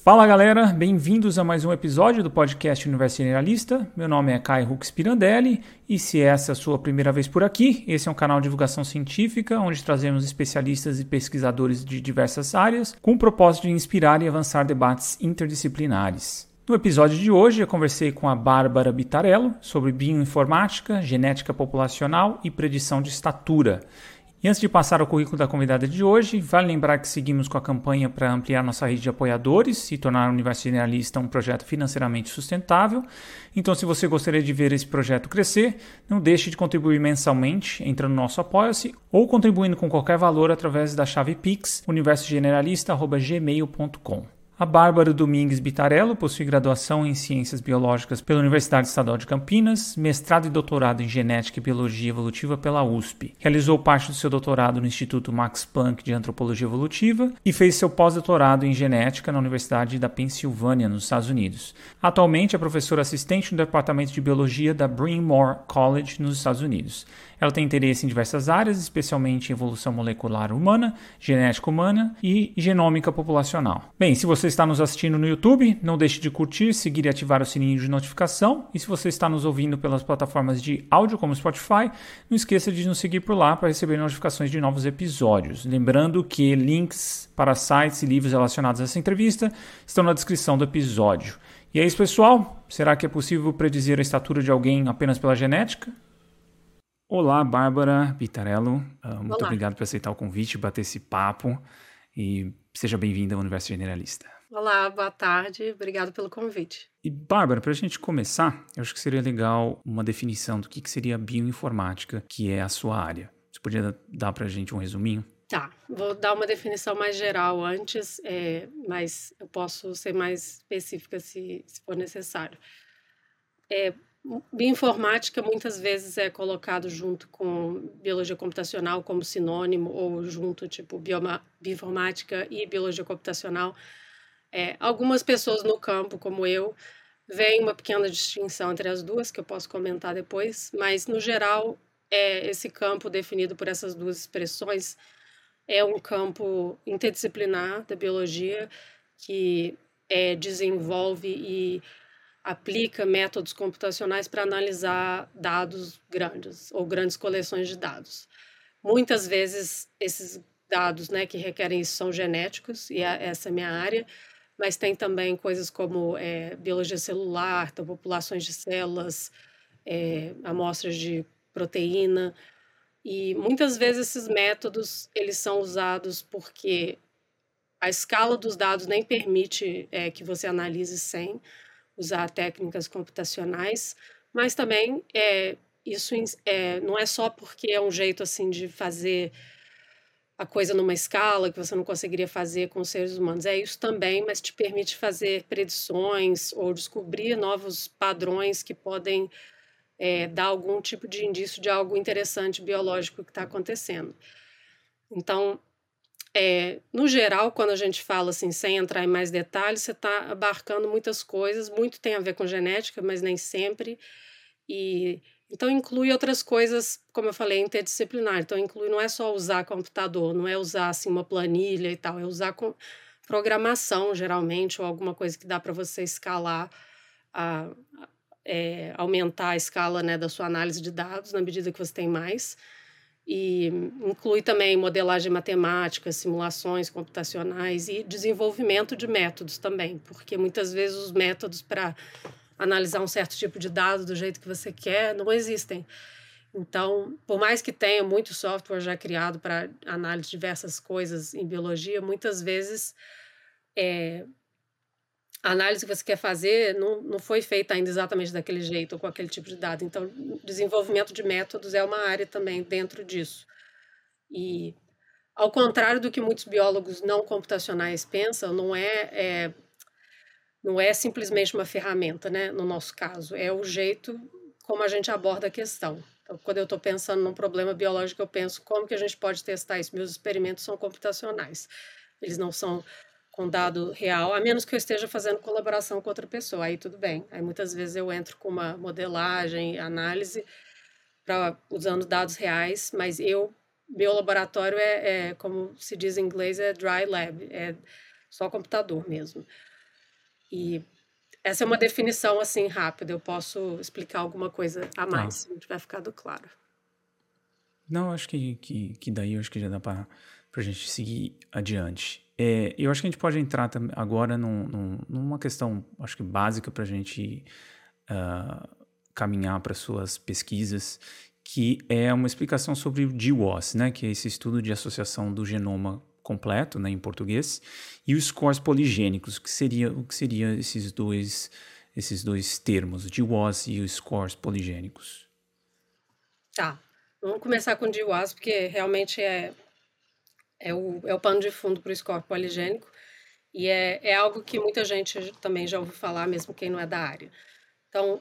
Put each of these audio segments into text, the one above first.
Fala galera, bem-vindos a mais um episódio do podcast Universo Generalista. Meu nome é Caio Hux Pirandelli e se essa é a sua primeira vez por aqui, esse é um canal de divulgação científica onde trazemos especialistas e pesquisadores de diversas áreas com o propósito de inspirar e avançar debates interdisciplinares. No episódio de hoje eu conversei com a Bárbara Bitarello sobre bioinformática, genética populacional e predição de estatura. E antes de passar ao currículo da convidada de hoje, vale lembrar que seguimos com a campanha para ampliar nossa rede de apoiadores e tornar o Universo Generalista um projeto financeiramente sustentável. Então, se você gostaria de ver esse projeto crescer, não deixe de contribuir mensalmente entrando no nosso Apoia-se ou contribuindo com qualquer valor através da chave Pix, universogeneralista@gmail.com. A Bárbara Domingues Bitarello possui graduação em Ciências Biológicas pela Universidade Estadual de Campinas, mestrado e doutorado em Genética e Biologia Evolutiva pela USP. Realizou parte do seu doutorado no Instituto Max Planck de Antropologia Evolutiva e fez seu pós-doutorado em Genética na Universidade da Pensilvânia, nos Estados Unidos. Atualmente é professora assistente no Departamento de Biologia da Bryn Mawr College, nos Estados Unidos. Ela tem interesse em diversas áreas, especialmente em evolução molecular humana, genética humana e genômica populacional. Bem, se você está nos assistindo no YouTube, não deixe de curtir, seguir e ativar o sininho de notificação. E se você está nos ouvindo pelas plataformas de áudio como Spotify, não esqueça de nos seguir por lá para receber notificações de novos episódios. Lembrando que links para sites e livros relacionados a essa entrevista estão na descrição do episódio. E é isso, pessoal. Será que é possível predizer a estatura de alguém apenas pela genética? Olá, Bárbara Bitarello. Muito obrigado por aceitar o convite, bater esse papo e seja bem-vinda ao Universo Generalista. Olá, boa tarde. Obrigado pelo convite. E, Bárbara, para a gente começar, eu acho que seria legal uma definição do que seria a bioinformática, que é a sua área. Você podia dar para a gente um resuminho? Tá, vou dar uma definição mais geral antes, mas eu posso ser mais específica se for necessário. Bioinformática muitas vezes é colocado junto com biologia computacional como sinônimo, ou junto, tipo, bioinformática e biologia computacional. Algumas pessoas no campo, como eu, veem uma pequena distinção entre as duas, que eu posso comentar depois, mas, no geral, esse campo definido por essas duas expressões é um campo interdisciplinar da biologia que desenvolve e aplica métodos computacionais para analisar dados grandes ou grandes coleções de dados. Muitas vezes esses dados, né, que requerem isso são genéticos, e essa é a minha área, mas tem também coisas como biologia celular, então populações de células, amostras de proteína, e muitas vezes esses métodos eles são usados porque a escala dos dados nem permite que você analise sem usar técnicas computacionais, mas também isso não é só porque é um jeito assim de fazer a coisa numa escala que você não conseguiria fazer com os seres humanos. É isso também, mas te permite fazer predições ou descobrir novos padrões que podem dar algum tipo de indício de algo interessante biológico que está acontecendo. Então, no geral, quando a gente fala assim, sem entrar em mais detalhes, você está abarcando muitas coisas, muito tem a ver com genética, mas nem sempre, e então inclui outras coisas, como eu falei, interdisciplinar. Então inclui, não é só usar computador, não é usar assim uma planilha e tal, é usar com programação, geralmente, ou alguma coisa que dá para você escalar, aumentar a escala, né, da sua análise de dados na medida que você tem mais. E inclui também modelagem matemática, simulações computacionais e desenvolvimento de métodos também, porque muitas vezes os métodos para analisar um certo tipo de dado do jeito que você quer não existem. Então, por mais que tenha muito software já criado para análise de diversas coisas em biologia, muitas vezes a análise que você quer fazer não foi feita ainda exatamente daquele jeito ou com aquele tipo de dado. Então, desenvolvimento de métodos é uma área também dentro disso. E, ao contrário do que muitos biólogos não computacionais pensam, não é simplesmente uma ferramenta, né, no nosso caso. É o jeito como a gente aborda a questão. Então, quando eu estou pensando num problema biológico, eu penso como que a gente pode testar isso. Meus experimentos são computacionais. Eles não são com dado real, a menos que eu esteja fazendo colaboração com outra pessoa, aí tudo bem. Aí muitas vezes eu entro com uma modelagem, análise, usando dados reais, mas meu laboratório como se diz em inglês, é dry lab, é só computador mesmo. E essa é uma definição assim rápida. Eu posso explicar alguma coisa a mais, Tá. se não tiver ficado claro. Não, acho que daí eu acho que já dá pra gente seguir adiante. Eu acho que a gente pode entrar agora numa questão, acho que básica pra gente caminhar para suas pesquisas, que é uma explicação sobre o GWAS, né, que é esse estudo de associação do genoma completo, né, em português, e os scores poligênicos, o que seria esses dois termos, o GWAS e os scores poligênicos. Tá. Vamos começar com o GWAS, porque realmente é o pano de fundo para o score poligênico. E é algo que muita gente também já ouviu falar, mesmo quem não é da área. Então,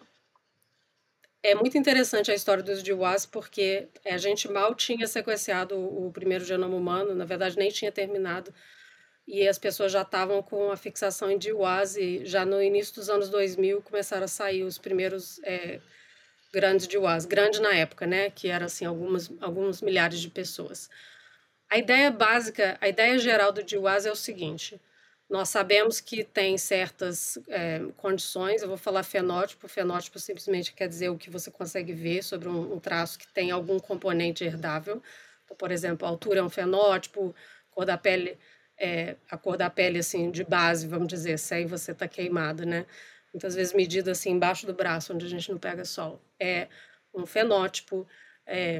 é muito interessante a história dos GWAS, porque a gente mal tinha sequenciado o primeiro genoma humano, na verdade nem tinha terminado, e as pessoas já estavam com a fixação em GWAS, e já no início dos anos 2000 começaram a sair os primeiros grandes GWAS, grande na época, né, que era assim alguns milhares de pessoas. A ideia básica, a ideia geral do GWAS é o seguinte: nós sabemos que tem certas condições, eu vou falar fenótipo. Fenótipo simplesmente quer dizer o que você consegue ver sobre um traço que tem algum componente herdável. Então, por exemplo, a altura é um fenótipo, cor da pele, a cor da pele assim, de base, vamos dizer, se aí você está queimado, né? Muitas vezes medida assim embaixo do braço, onde a gente não pega sol. É um fenótipo. É,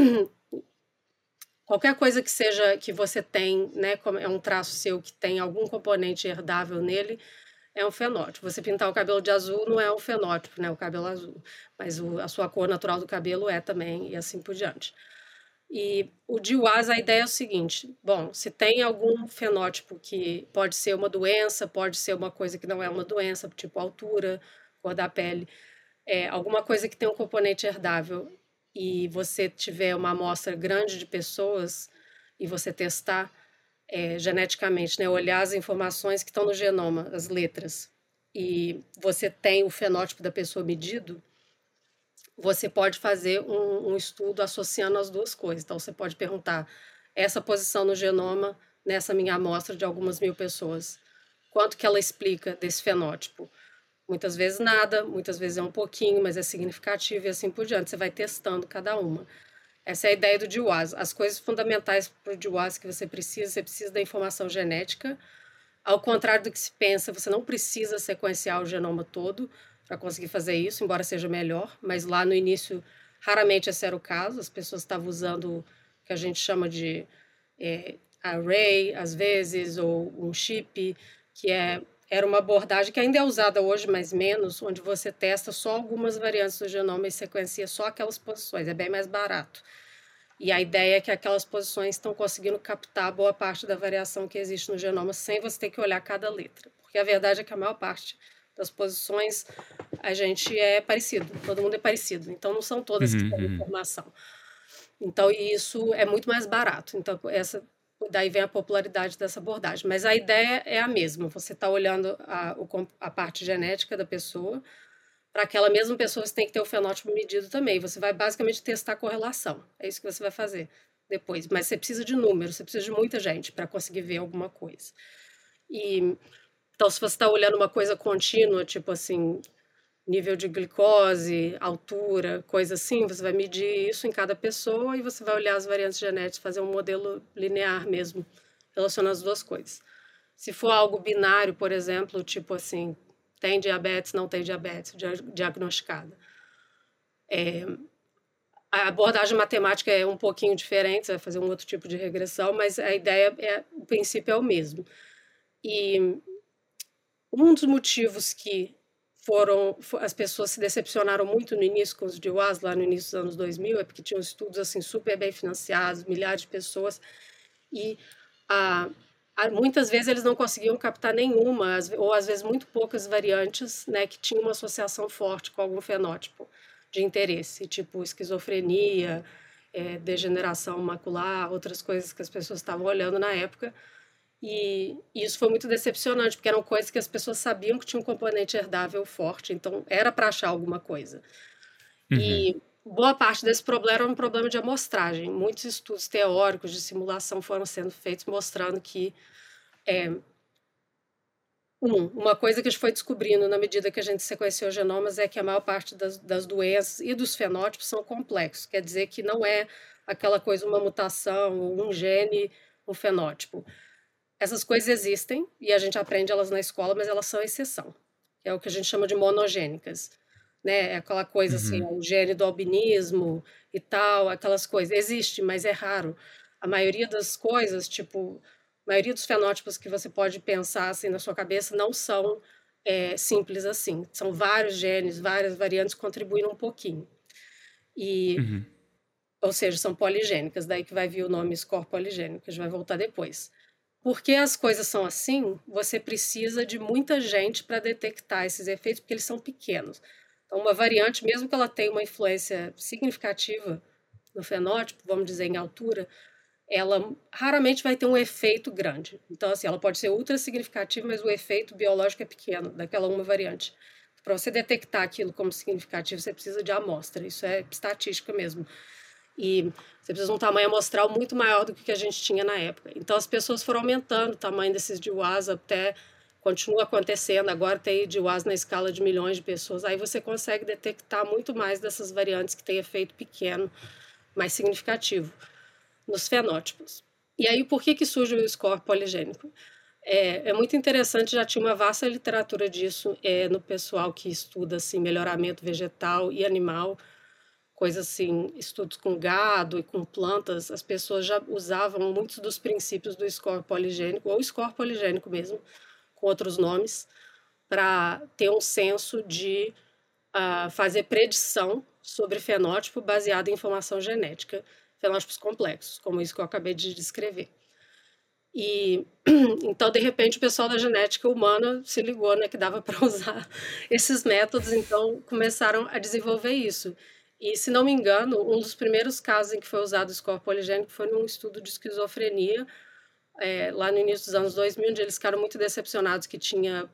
qualquer coisa que seja que você tem, né, é um traço seu que tem algum componente herdável nele, é um fenótipo. Você pintar o cabelo de azul não é um fenótipo, né, o cabelo azul, mas a sua cor natural do cabelo é também, e assim por diante. E o DIWAS, a ideia é o seguinte: bom, se tem algum fenótipo que pode ser uma doença, pode ser uma coisa que não é uma doença, tipo altura, cor da pele, alguma coisa que tem um componente herdável, e você tiver uma amostra grande de pessoas e você testar geneticamente, né, olhar as informações que estão no genoma, as letras, e você tem o fenótipo da pessoa medido, você pode fazer um estudo associando as duas coisas. Então, você pode perguntar: essa posição no genoma, nessa minha amostra de algumas mil pessoas, quanto que ela explica desse fenótipo? Muitas vezes nada, muitas vezes é um pouquinho, mas é significativo e assim por diante. Você vai testando cada uma. Essa é a ideia do DWAS. As coisas fundamentais para o DWAS que você precisa da informação genética. Ao contrário do que se pensa, você não precisa sequenciar o genoma todo para conseguir fazer isso, embora seja melhor, mas lá no início, raramente esse era o caso. As pessoas estavam usando o que a gente chama de array, às vezes, ou um chip, que era uma abordagem que ainda é usada hoje, mas menos, onde você testa só algumas variantes do genoma e sequencia só aquelas posições. É bem mais barato. E a ideia é que aquelas posições estão conseguindo captar boa parte da variação que existe no genoma sem você ter que olhar cada letra. Porque a verdade é que a maior parte das posições a gente é parecido, todo mundo é parecido. Então não são todas que têm informação. Então isso é muito mais barato. Então daí vem a popularidade dessa abordagem. Mas a ideia é a mesma. Você está olhando a parte genética da pessoa. Para aquela mesma pessoa, você tem que ter o fenótipo medido também. Você vai basicamente testar a correlação. É isso que você vai fazer depois. Mas você precisa de números, você precisa de muita gente para conseguir ver alguma coisa. Então, se você está olhando uma coisa contínua, tipo assim, nível de glicose, altura, coisa assim, você vai medir isso em cada pessoa e você vai olhar as variantes genéticas, fazer um modelo linear mesmo, relacionando as duas coisas. Se for algo binário, por exemplo, tipo assim, tem diabetes, não tem diabetes, diagnosticada. A abordagem matemática é um pouquinho diferente, você vai fazer um outro tipo de regressão, mas a ideia o princípio é o mesmo. E um dos motivos que as pessoas se decepcionaram muito no início com os DWAS, lá no início dos anos 2000, é porque tinham estudos assim super bem financiados, milhares de pessoas, e muitas vezes eles não conseguiam captar nenhuma, ou às vezes muito poucas variantes, né, que tinham uma associação forte com algum fenótipo de interesse, tipo esquizofrenia, degeneração macular, outras coisas que as pessoas estavam olhando na época. E isso foi muito decepcionante, porque eram coisas que as pessoas sabiam que tinha um componente herdável forte, então era para achar alguma coisa. E boa parte desse problema era um problema de amostragem. Muitos estudos teóricos de simulação foram sendo feitos mostrando que Uma coisa que a gente foi descobrindo na medida que a gente sequenciou genomas é que a maior parte das doenças e dos fenótipos são complexos. Quer dizer que não é aquela coisa, uma mutação, um gene, um fenótipo. Essas coisas existem e a gente aprende elas na escola, mas elas são exceção. É o que a gente chama de monogênicas, né? É aquela coisa assim, o gene do albinismo e tal, aquelas coisas. Existe, mas é raro. A maioria das coisas, tipo, a maioria dos fenótipos que você pode pensar assim na sua cabeça não são simples assim. São vários genes, várias variantes contribuindo um pouquinho. E, ou seja, são poligênicas, daí que vai vir o nome score poligênico, que a gente vai voltar depois. Porque as coisas são assim, você precisa de muita gente para detectar esses efeitos, porque eles são pequenos. Então, uma variante, mesmo que ela tenha uma influência significativa no fenótipo, vamos dizer, em altura, ela raramente vai ter um efeito grande. Então, assim, ela pode ser ultra significativa, mas o efeito biológico é pequeno, daquela uma variante. Para você detectar aquilo como significativo, você precisa de amostra. Isso é estatística mesmo. E você precisa de um tamanho amostral muito maior do que a gente tinha na época. Então, as pessoas foram aumentando o tamanho desses DWAS até continua acontecendo. Agora tem DWAS na escala de milhões de pessoas. Aí você consegue detectar muito mais dessas variantes que têm efeito pequeno, mais significativo nos fenótipos. E aí, por que surge o score poligênico? É muito interessante, já tinha uma vasta literatura disso no pessoal que estuda assim, melhoramento vegetal e animal, coisas assim, estudos com gado e com plantas, as pessoas já usavam muitos dos princípios do score poligênico, ou score poligênico mesmo, com outros nomes, para ter um senso de fazer predição sobre fenótipo baseado em informação genética, fenótipos complexos, como isso que eu acabei de descrever. E então, de repente, o pessoal da genética humana se ligou, né, que dava para usar esses métodos, então começaram a desenvolver isso. E, se não me engano, um dos primeiros casos em que foi usado o score poligênico foi num estudo de esquizofrenia, lá no início dos anos 2000, onde eles ficaram muito decepcionados que tinha.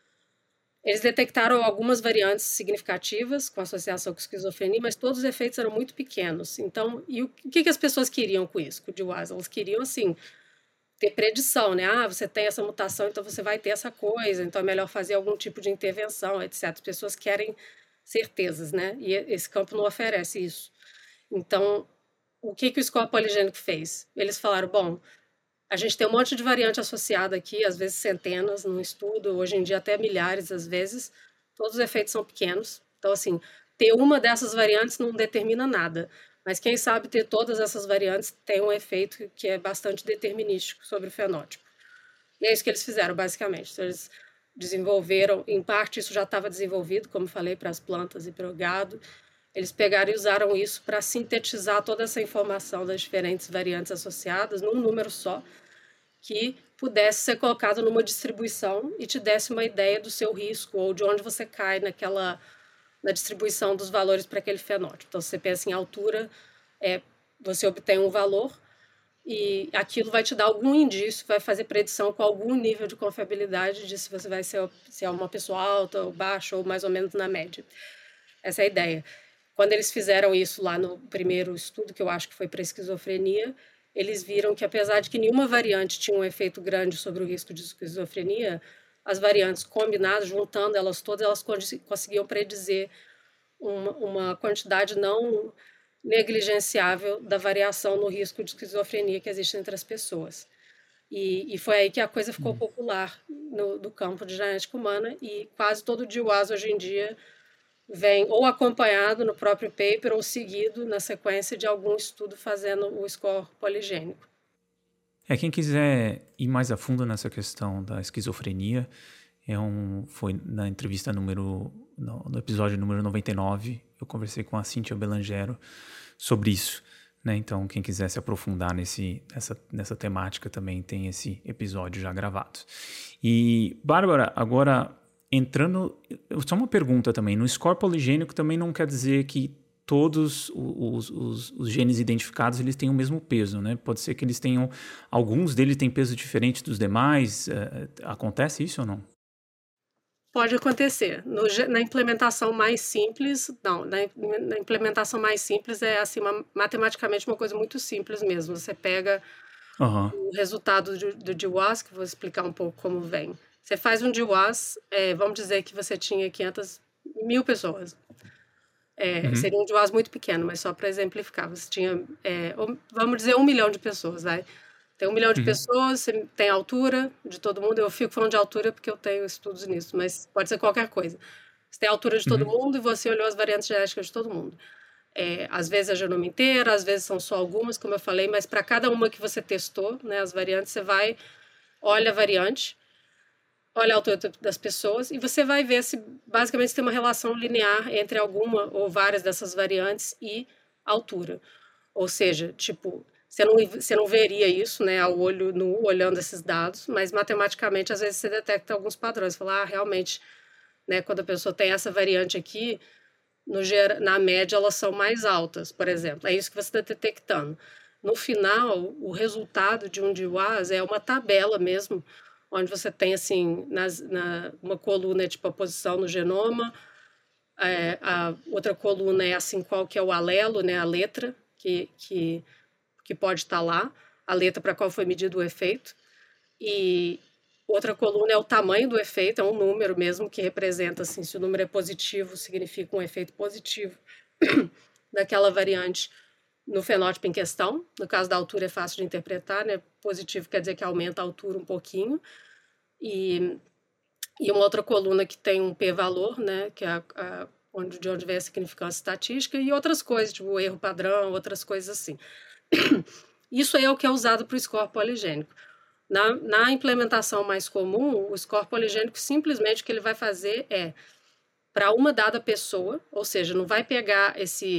Eles detectaram algumas variantes significativas com associação com esquizofrenia, mas todos os efeitos eram muito pequenos. Então, e o que as pessoas queriam com isso, com o DWAS? Elas queriam, assim, ter predição, né? Ah, você tem essa mutação, então você vai ter essa coisa, então é melhor fazer algum tipo de intervenção, etc. As pessoas querem certezas, né? E esse campo não oferece isso. Então, o que o score poligênico fez? Eles falaram, bom, a gente tem um monte de variante associada aqui, às vezes centenas num estudo, hoje em dia até milhares às vezes, todos os efeitos são pequenos. Então, assim, ter uma dessas variantes não determina nada, mas quem sabe ter todas essas variantes tem um efeito que é bastante determinístico sobre o fenótipo. E é isso que eles fizeram, basicamente. Então, eles desenvolveram, em parte isso já estava desenvolvido, como falei, para as plantas e para o gado. Eles pegaram e usaram isso para sintetizar toda essa informação das diferentes variantes associadas num número só, que pudesse ser colocado numa distribuição e te desse uma ideia do seu risco ou de onde você cai na distribuição dos valores para aquele fenótipo. Então, se você pensa em altura, você obtém um valor e aquilo vai te dar algum indício, vai fazer predição com algum nível de confiabilidade de se você vai ser se é uma pessoa alta ou baixa ou mais ou menos na média. Essa é a ideia. Quando eles fizeram isso lá no primeiro estudo, que eu acho que foi para esquizofrenia, eles viram que, apesar de que nenhuma variante tinha um efeito grande sobre o risco de esquizofrenia, as variantes combinadas, juntando elas todas, elas conseguiam predizer uma quantidade não negligenciável da variação no risco de esquizofrenia que existe entre as pessoas. E foi aí que a coisa ficou popular no campo de genética humana, e quase todo o DWAS hoje em dia vem ou acompanhado no próprio paper ou seguido na sequência de algum estudo fazendo o score poligênico. Quem quiser ir mais a fundo nessa questão da esquizofrenia, foi na entrevista no episódio número 99, eu conversei com a Cíntia Belangero sobre isso, né? Então, quem quiser se aprofundar nessa temática também tem esse episódio já gravado. E, Bárbara, agora entrando, só uma pergunta também, no score poligênico também não quer dizer que todos os genes identificados eles têm o mesmo peso, né? Pode ser que eles tenham, alguns deles têm peso diferente dos demais, acontece isso ou não? Pode acontecer. Na implementação mais simples, não. Na implementação mais simples é assim, matematicamente uma coisa muito simples mesmo. Você pega o resultado do DWAS, que eu vou explicar um pouco como vem. Você faz um DWAS, vamos dizer que você tinha 500.000 pessoas. Seria um DWAS muito pequeno, mas só para exemplificar. Você tinha, vamos dizer, 1 milhão de pessoas, vai. Tem 1 milhão de pessoas, você tem a altura de todo mundo. Eu fico falando de altura porque eu tenho estudos nisso, mas pode ser qualquer coisa. Você tem a altura de todo mundo e você olhou as variantes genéticas de todo mundo. Às vezes é genoma inteiro, às vezes são só algumas, como eu falei, mas para cada uma que você testou, né, as variantes, você vai, olha a variante, olha a altura das pessoas e você vai ver se basicamente tem uma relação linear entre alguma ou várias dessas variantes e altura. Ou seja, tipo, você não veria isso, né, ao olho nu, olhando esses dados, mas matematicamente às vezes você detecta alguns padrões. Você fala, realmente, né, quando a pessoa tem essa variante aqui, na média elas são mais altas, por exemplo. É isso que você está detectando. No final, o resultado de um DWAS é uma tabela mesmo, onde você tem, assim, uma coluna é tipo a posição no genoma, a outra coluna é, assim, qual que é o alelo, né, a letra que pode estar lá, a letra para qual foi medido o efeito, e outra coluna é o tamanho do efeito, é um número mesmo que representa, assim, se o número é positivo, significa um efeito positivo daquela variante no fenótipo em questão. No caso da altura é fácil de interpretar, né? Positivo quer dizer que aumenta a altura um pouquinho. E uma outra coluna que tem um p-valor, né? Que é de onde vem a significância estatística, e outras coisas, tipo erro padrão, outras coisas assim. Isso aí é o que é usado para o score poligênico. Na implementação mais comum, o score poligênico simplesmente o que ele vai fazer é, para uma dada pessoa, ou seja, não vai pegar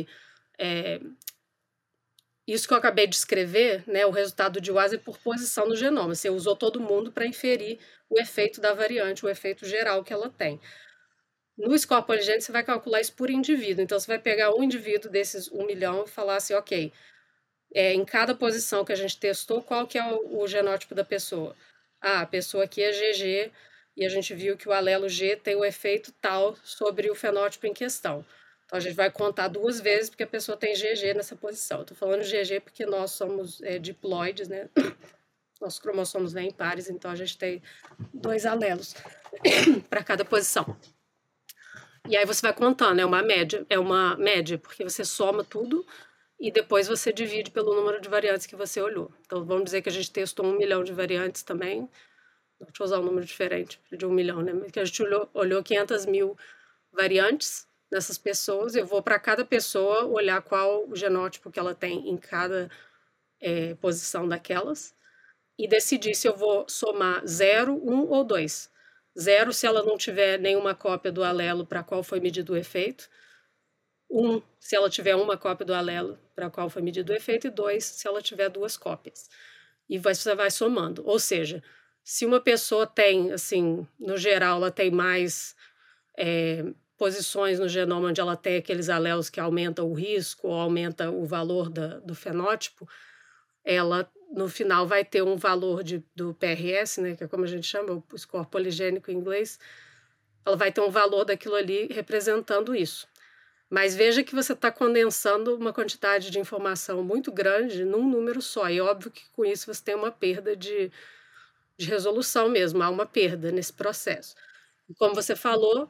isso que eu acabei de escrever, né, o resultado de DWAS é por posição no genoma. Você usou todo mundo para inferir o efeito da variante, o efeito geral que ela tem. No score poligênico, você vai calcular isso por indivíduo. Então, você vai pegar um indivíduo desses 1 milhão e falar assim, ok, em cada posição que a gente testou, qual que é o genótipo da pessoa? A pessoa aqui é GG, e a gente viu que o alelo G tem o efeito tal sobre o fenótipo em questão. Então, a gente vai contar 2 vezes, porque a pessoa tem GG nessa posição. Estou falando GG porque nós somos diploides, né? Nossos cromossomos vêm em pares, então a gente tem 2 alelos para cada posição. E aí você vai contando, é uma média, porque você soma tudo e depois você divide pelo número de variantes que você olhou. Então, vamos dizer que a gente testou 1 milhão de variantes também. Deixa eu usar um número diferente de 1 milhão, né? Que a gente olhou 500.000 variantes dessas pessoas. Eu vou para cada pessoa olhar qual o genótipo que ela tem em cada posição daquelas e decidir se eu vou somar 0, 1 ou 2. 0 se ela não tiver nenhuma cópia do alelo para qual foi medido o efeito. 1 se ela tiver uma cópia do alelo para qual foi medido o efeito. E 2 se ela tiver 2 cópias. E você vai somando. Ou seja, se uma pessoa tem, assim, no geral, ela tem mais posições no genoma onde ela tem aqueles alelos que aumentam o risco ou aumenta o valor do fenótipo, ela, no final, vai ter um valor do PRS, né, que é como a gente chama, o score poligênico em inglês, ela vai ter um valor daquilo ali representando isso. Mas veja que você está condensando uma quantidade de informação muito grande num número só. E óbvio que com isso você tem uma perda de resolução mesmo, há uma perda nesse processo. E como você falou,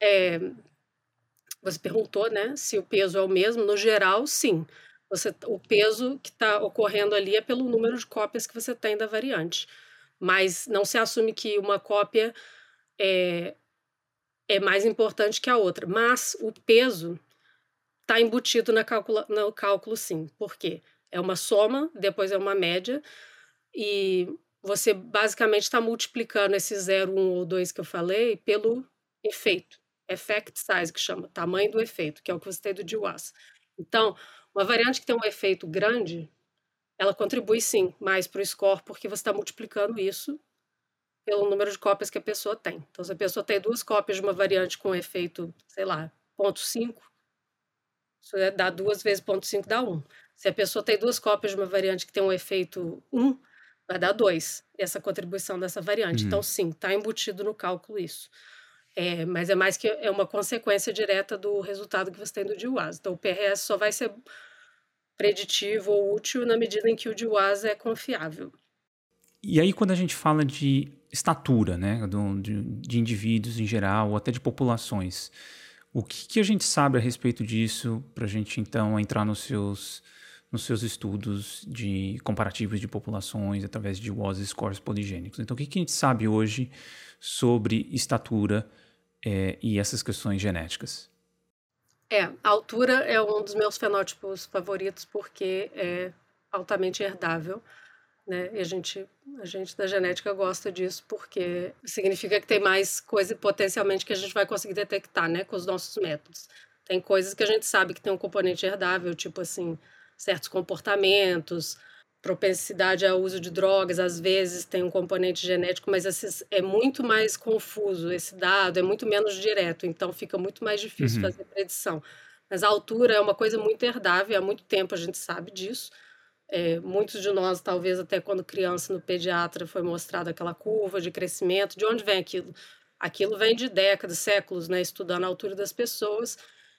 você perguntou, né, se o peso é o mesmo. No geral, sim. O peso que está ocorrendo ali é pelo número de cópias que você tem da variante. Mas não se assume que uma cópia é mais importante que a outra. Mas o peso está embutido no cálculo, sim. Por quê? É uma soma, depois é uma média, e você basicamente está multiplicando esse 0, 1 ou 2 que eu falei pelo efeito. Effect size, que chama, tamanho do efeito, que é o que você tem do DWAS. Então, uma variante que tem um efeito grande, ela contribui sim mais para o score, porque você está multiplicando isso pelo número de cópias que a pessoa tem. Então, se a pessoa tem 2 cópias de uma variante com efeito, sei lá, 0,5, isso dá 2 vezes 0,5 dá 1. Se a pessoa tem 2 cópias de uma variante que tem um efeito 1, vai dar 2, essa contribuição dessa variante. Então, sim, está embutido no cálculo isso. Mas é mais que uma consequência direta do resultado que você tem do DWAS. Então, o PRS só vai ser preditivo ou útil na medida em que o DWAS é confiável. E aí, quando a gente fala de estatura, né, de indivíduos em geral, ou até de populações. O que a gente sabe a respeito disso para a gente, então, entrar nos seus estudos de comparativos de populações através de WOS scores poligênicos? Então, o que a gente sabe hoje sobre estatura e essas questões genéticas? A altura é um dos meus fenótipos favoritos porque é altamente herdável, né? E a gente da genética gosta disso porque significa que tem mais coisa potencialmente que a gente vai conseguir detectar, né, com os nossos métodos. Tem coisas que a gente sabe que tem um componente herdável, tipo assim, certos comportamentos, propensidade ao uso de drogas, às vezes tem um componente genético, mas é muito mais confuso esse dado, é muito menos direto, então fica muito mais difícil Uhum. fazer predição. Mas a altura é uma coisa muito herdável, há muito tempo a gente sabe disso. Muitos de nós, talvez até quando criança no pediatra, foi mostrada aquela curva de crescimento. De onde vem aquilo? Aquilo vem de décadas, séculos, né, estudando a altura das pessoas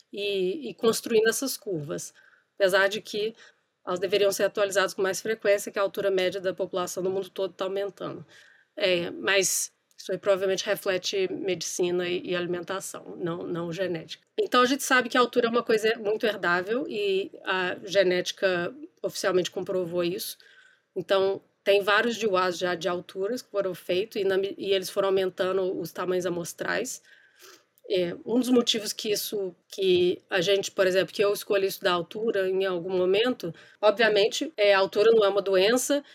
e construindo essas curvas. Apesar de que elas deveriam ser atualizadas com mais frequência, que a altura média da população do mundo todo está aumentando. Mas isso aí provavelmente reflete medicina e alimentação, não genética. Então a gente sabe que a altura é uma coisa muito herdável e a genética oficialmente comprovou isso. Então tem vários DIUAs já de alturas que foram feitos e eles foram aumentando os tamanhos amostrais. Um dos motivos que a gente, por exemplo, que eu escolhi estudar altura em algum momento, obviamente, a altura não é uma doença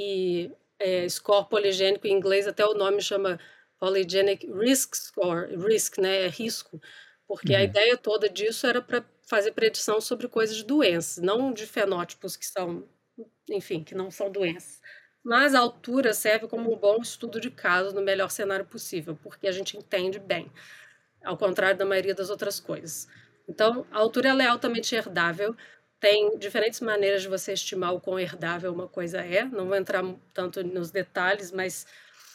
e score poligênico em inglês, até o nome chama Polygenic Risk Score, risk, né, é risco, porque a Uhum. ideia toda disso era para fazer predição sobre coisas de doenças, não de fenótipos que são, enfim, que não são doenças. Mas a altura serve como um bom estudo de caso no melhor cenário possível, porque a gente entende bem, ao contrário da maioria das outras coisas. Então, a altura ela é altamente herdável. Tem diferentes maneiras de você estimar o quão herdável uma coisa é. Não vou entrar tanto nos detalhes, mas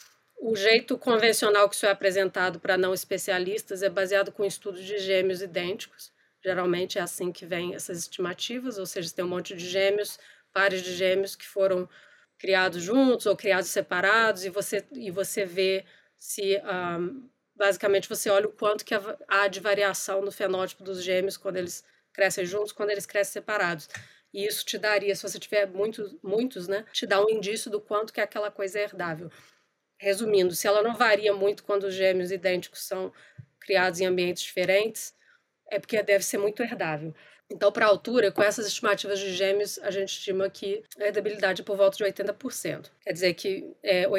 o jeito convencional que isso é apresentado para não especialistas é baseado com estudo de gêmeos idênticos. Geralmente é assim que vem essas estimativas, ou seja, você tem um monte de gêmeos, pares de gêmeos que foram criados juntos ou criados separados, e você vê se basicamente você olha o quanto que há de variação no fenótipo dos gêmeos quando eles crescem juntos, quando eles crescem separados. E isso te daria, se você tiver muitos, né, te dá um indício do quanto que aquela coisa é herdável. Resumindo, se ela não varia muito quando os gêmeos idênticos são criados em ambientes diferentes, é porque deve ser muito herdável. Então, para a altura, com essas estimativas de gêmeos, a gente estima que a herdabilidade é por volta de 80%. Quer dizer que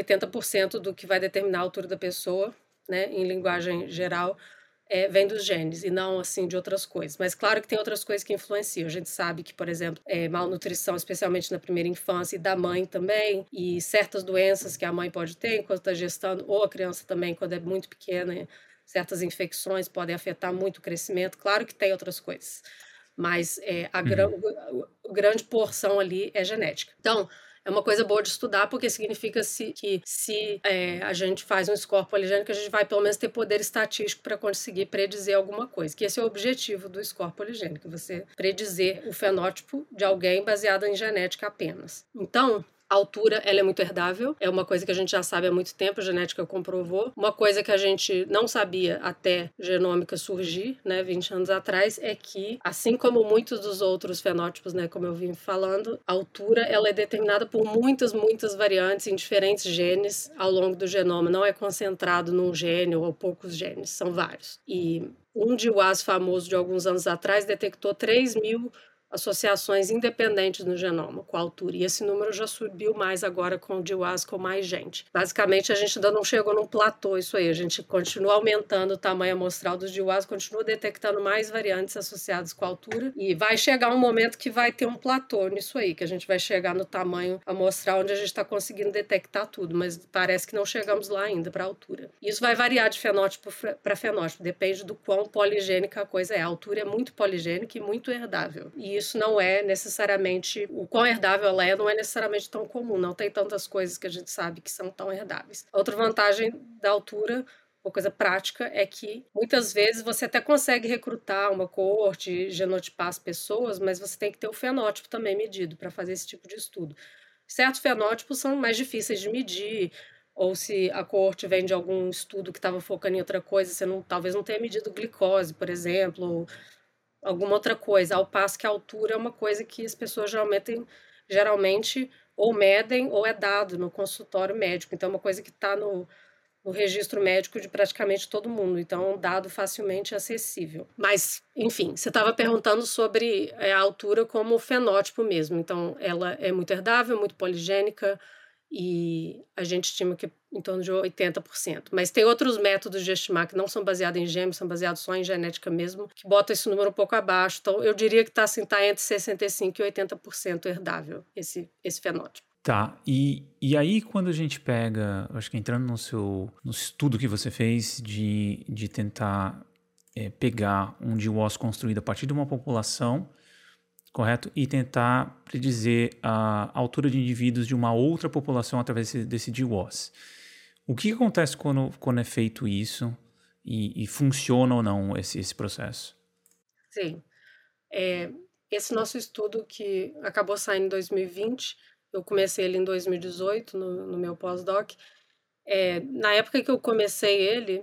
80% do que vai determinar a altura da pessoa, né, em linguagem geral, vem dos genes e não assim de outras coisas. Mas claro que tem outras coisas que influenciam. A gente sabe que, por exemplo, malnutrição, especialmente na primeira infância, e da mãe também, e certas doenças que a mãe pode ter enquanto está gestando, ou a criança também, quando é muito pequena, certas infecções podem afetar muito o crescimento. Claro que tem outras coisas, mas a Uhum. grande porção ali é genética. Então, é uma coisa boa de estudar, porque significa que se a gente faz um score poligênico, a gente vai pelo menos ter poder estatístico para conseguir predizer alguma coisa, que esse é o objetivo do score poligênico, você predizer o fenótipo de alguém baseado em genética apenas. Então, a altura, ela é muito herdável, é uma coisa que a gente já sabe há muito tempo, a genética comprovou. Uma coisa que a gente não sabia até genômica surgir, né, 20 anos atrás, é que, assim como muitos dos outros fenótipos, né, como eu vim falando, a altura, ela é determinada por muitas variantes em diferentes genes ao longo do genoma, não é concentrado num gene ou poucos genes, são vários. E um DIUAS famoso de alguns anos atrás detectou 3.000 associações independentes no genoma com a altura, e esse número já subiu mais agora com o DIUAS, com mais gente. Basicamente, a gente ainda não chegou num platô, isso aí, a gente continua aumentando o tamanho amostral dos DIUAS, continua detectando mais variantes associadas com a altura, e vai chegar um momento que vai ter um platô nisso aí, que a gente vai chegar no tamanho amostral onde a gente está conseguindo detectar tudo, mas parece que não chegamos lá ainda para a altura. Isso vai variar de fenótipo para fenótipo, depende do quão poligênica a coisa é. A altura é muito poligênica e muito herdável, e isso não é necessariamente, o quão herdável ela não é necessariamente tão comum, não tem tantas coisas que a gente sabe que são tão herdáveis. Outra vantagem da altura, uma coisa prática, é que muitas vezes você até consegue recrutar uma coorte, genotipar as pessoas, mas você tem que ter o fenótipo também medido para fazer esse tipo de estudo. Certos fenótipos são mais difíceis de medir, ou se a coorte vem de algum estudo que estava focando em outra coisa, você talvez não tenha medido glicose, por exemplo, ou alguma outra coisa, ao passo que a altura é uma coisa que as pessoas geralmente ou medem ou é dado no consultório médico, então é uma coisa que está no registro médico de praticamente todo mundo, então é um dado facilmente acessível. Mas, enfim, você estava perguntando sobre a altura como fenótipo mesmo, então ela é muito herdável, muito poligênica, e a gente estima que em torno de 80%. Mas tem outros métodos de estimar que não são baseados em gêmeos, são baseados só em genética mesmo, que botam esse número um pouco abaixo. Então, eu diria que está assim, entre 65% e 80% herdável, esse fenótipo. Tá, e aí quando a gente pega, acho que entrando no estudo que você fez de tentar pegar um GWAS construído a partir de uma população, correto? E tentar predizer a altura de indivíduos de uma outra população através desse GWAS. O que acontece quando é feito isso e funciona ou não esse processo? Sim. Esse nosso estudo que acabou saindo em 2020, eu comecei ele em 2018 no meu pós-doc. Na época que eu comecei ele,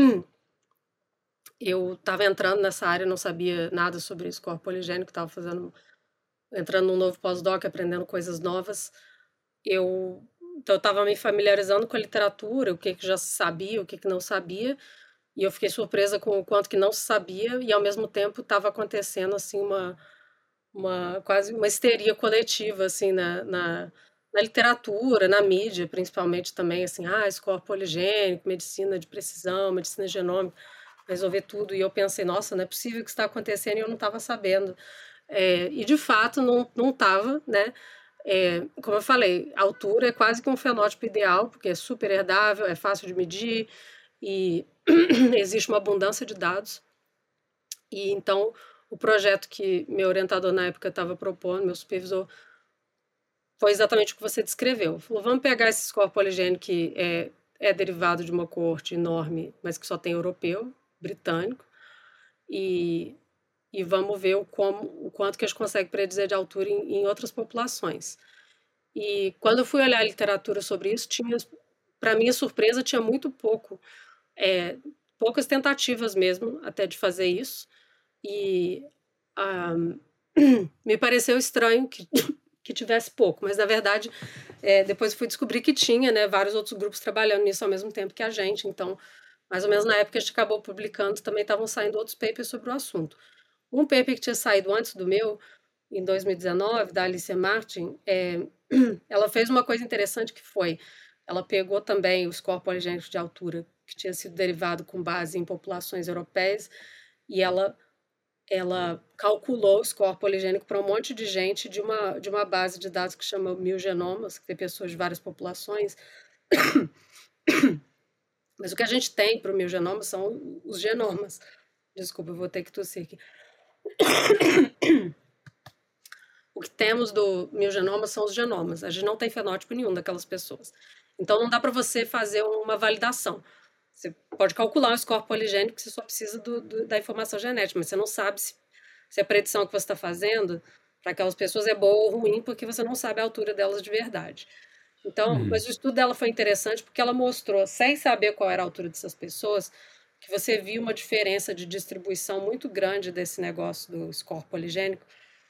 eu estava entrando nessa área, não sabia nada sobre score poligênico, estava entrando num novo pós-doc, aprendendo coisas novas. Então eu estava me familiarizando com a literatura, o que já se sabia, o que não sabia, e eu fiquei surpresa com o quanto que não se sabia, e ao mesmo tempo estava acontecendo assim quase uma histeria coletiva assim na literatura, na mídia, principalmente também assim, score poligênico, medicina de precisão, medicina genômica, resolver tudo. E eu pensei, nossa, não é possível que isso está acontecendo e eu não estava sabendo. E de fato não estava, né? Como eu falei, a altura é quase que um fenótipo ideal, porque é super herdável, é fácil de medir e existe uma abundância de dados. E então o projeto que meu orientador na época estava propondo, meu supervisor, foi exatamente o que você descreveu. Falou, vamos pegar esse score poligênico que é derivado de uma coorte enorme, mas que só tem europeu, britânico, e vamos ver o quanto que a gente consegue predizer de altura em outras populações. E quando eu fui olhar a literatura sobre isso, para minha surpresa, tinha muito poucas tentativas mesmo até de fazer isso. E me pareceu estranho que tivesse pouco, mas na verdade depois eu fui descobrir que tinha, né, vários outros grupos trabalhando nisso ao mesmo tempo que a gente. Então, mais ou menos na época que a gente acabou publicando, também estavam saindo outros papers sobre o assunto. Um paper que tinha saído antes do meu, em 2019, da Alicia Martin, ela fez uma coisa interessante que foi, ela pegou também o score poligênico de altura, que tinha sido derivado com base em populações europeias, e ela calculou o score poligênico para um monte de gente de uma base de dados que chama 1000 genomas, que tem pessoas de várias populações. Mas o que a gente tem para o 1000 genomas são os genomas. Desculpa, eu vou ter que tossir aqui. O que temos do 1000 genomas são os genomas. A gente não tem fenótipo nenhum daquelas pessoas. Então não dá para você fazer uma validação. Você pode calcular um score poligênico que você só precisa da informação genética, mas você não sabe se a predição que você está fazendo para aquelas pessoas é boa ou ruim, porque você não sabe a altura delas de verdade. Então, mas o estudo dela foi interessante porque ela mostrou, sem saber qual era a altura dessas pessoas, que você viu uma diferença de distribuição muito grande desse negócio do score poligênico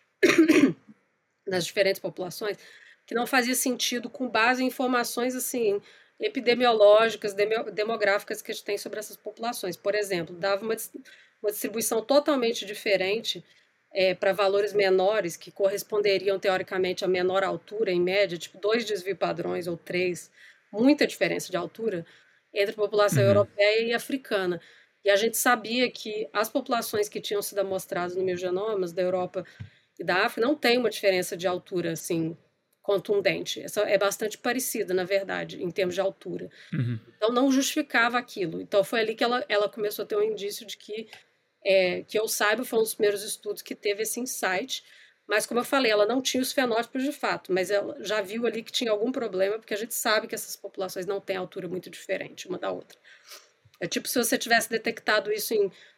nas diferentes populações, que não fazia sentido com base em informações assim epidemiológicas, demográficas que a gente tem sobre essas populações. Por exemplo, dava uma distribuição totalmente diferente para valores menores, que corresponderiam teoricamente a menor altura, em média, tipo 2 desvio padrões ou 3, muita diferença de altura entre a população europeia e africana. E a gente sabia que as populações que tinham sido amostradas no 1000 genomas da Europa e da África não tem uma diferença de altura assim contundente. Essa é bastante parecida, na verdade, em termos de altura. Então não justificava aquilo. Então foi ali que ela começou a ter um indício de que eu saiba, foi um dos primeiros estudos que teve esse insight, mas como eu falei, ela não tinha os fenótipos de fato, mas ela já viu ali que tinha algum problema, porque a gente sabe que essas populações não têm altura muito diferente uma da outra. É tipo se você tivesse detectado isso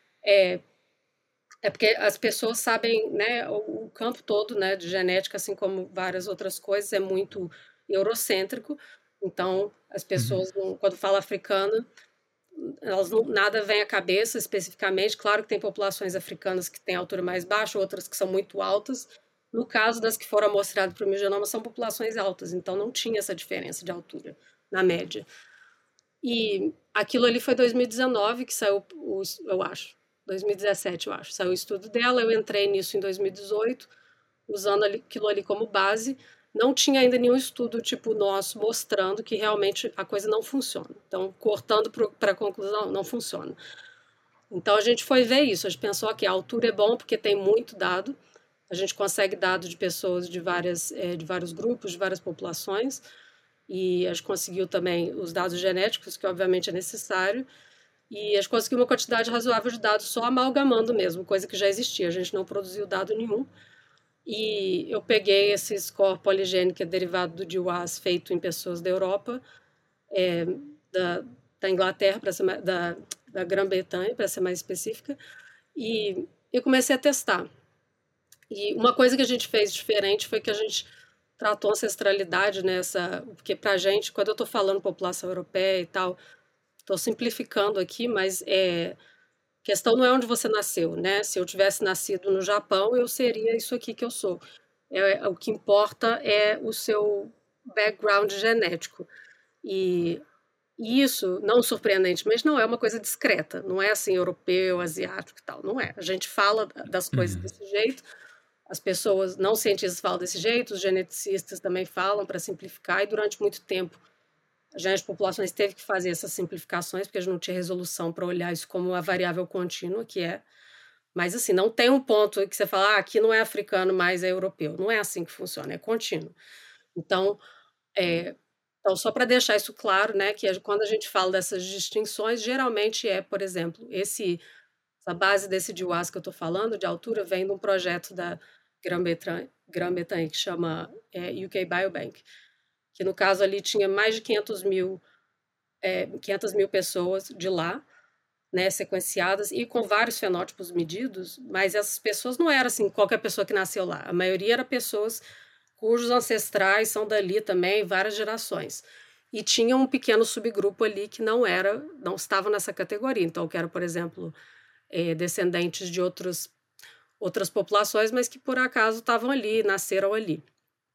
porque as pessoas sabem, né, o campo todo, né, de genética, assim como várias outras coisas, é muito eurocêntrico, Então, as Uhum. pessoas, quando fala africana, elas não, nada vem à cabeça especificamente. Claro que tem populações africanas que têm altura mais baixa, outras que são muito altas. No caso das que foram amostradas para o Milgenoma, são populações altas, então não tinha essa diferença de altura, na média. E aquilo ali foi 2019 que saiu, eu acho. 2017, eu acho. Saiu o estudo dela, eu entrei nisso em 2018, usando aquilo ali como base. Não tinha ainda nenhum estudo tipo nosso mostrando que realmente a coisa não funciona. Então, cortando para a conclusão, não funciona. Então, a gente foi ver isso. A gente pensou que a altura é bom porque tem muito dado. A gente consegue dados de pessoas de vários grupos, de várias populações. E a gente conseguiu também os dados genéticos, que obviamente é necessário. E a gente conseguiu uma quantidade razoável de dados só amalgamando mesmo, coisa que já existia. A gente não produziu dado nenhum. E eu peguei esse score poligênico que é derivado do DWAS feito em pessoas da Europa, da, da Inglaterra, da Grã-Bretanha, para ser mais específica, e eu comecei a testar. E uma coisa que a gente fez diferente foi que a gente tratou a ancestralidade nessa, porque para a gente, quando eu estou falando população europeia e tal, estou simplificando aqui, mas a questão não é onde você nasceu, né? Se eu tivesse nascido no Japão, eu seria isso aqui que eu sou. O que importa é o seu background genético. E isso, não surpreendentemente, não é uma coisa discreta. Não é assim, europeu, asiático e tal. Não é. A gente fala das coisas Uhum. desse jeito, as pessoas, não cientistas falam desse jeito, os geneticistas também falam para simplificar, e durante muito tempo a gente de populações teve que fazer essas simplificações, porque a gente não tinha resolução para olhar isso como uma variável contínua, que é. Mas, assim, não tem um ponto que você fala, aqui não é africano, mas é europeu. Não é assim que funciona, é contínuo. Então, é, então só para deixar isso claro, né, que quando a gente fala dessas distinções, geralmente por exemplo, essa base desse DWAS que eu estou falando, de altura, vem de um projeto da Grã-Bretanha que chama UK Biobank, que no caso ali tinha mais de 500 mil pessoas de lá, né, sequenciadas e com vários fenótipos medidos, mas essas pessoas não eram assim qualquer pessoa que nasceu lá. A maioria era pessoas cujos ancestrais são dali também, várias gerações. E tinha um pequeno subgrupo ali que não estava nessa categoria. Então, que era, por exemplo, descendentes de outras populações, mas que por acaso estavam ali, nasceram ali.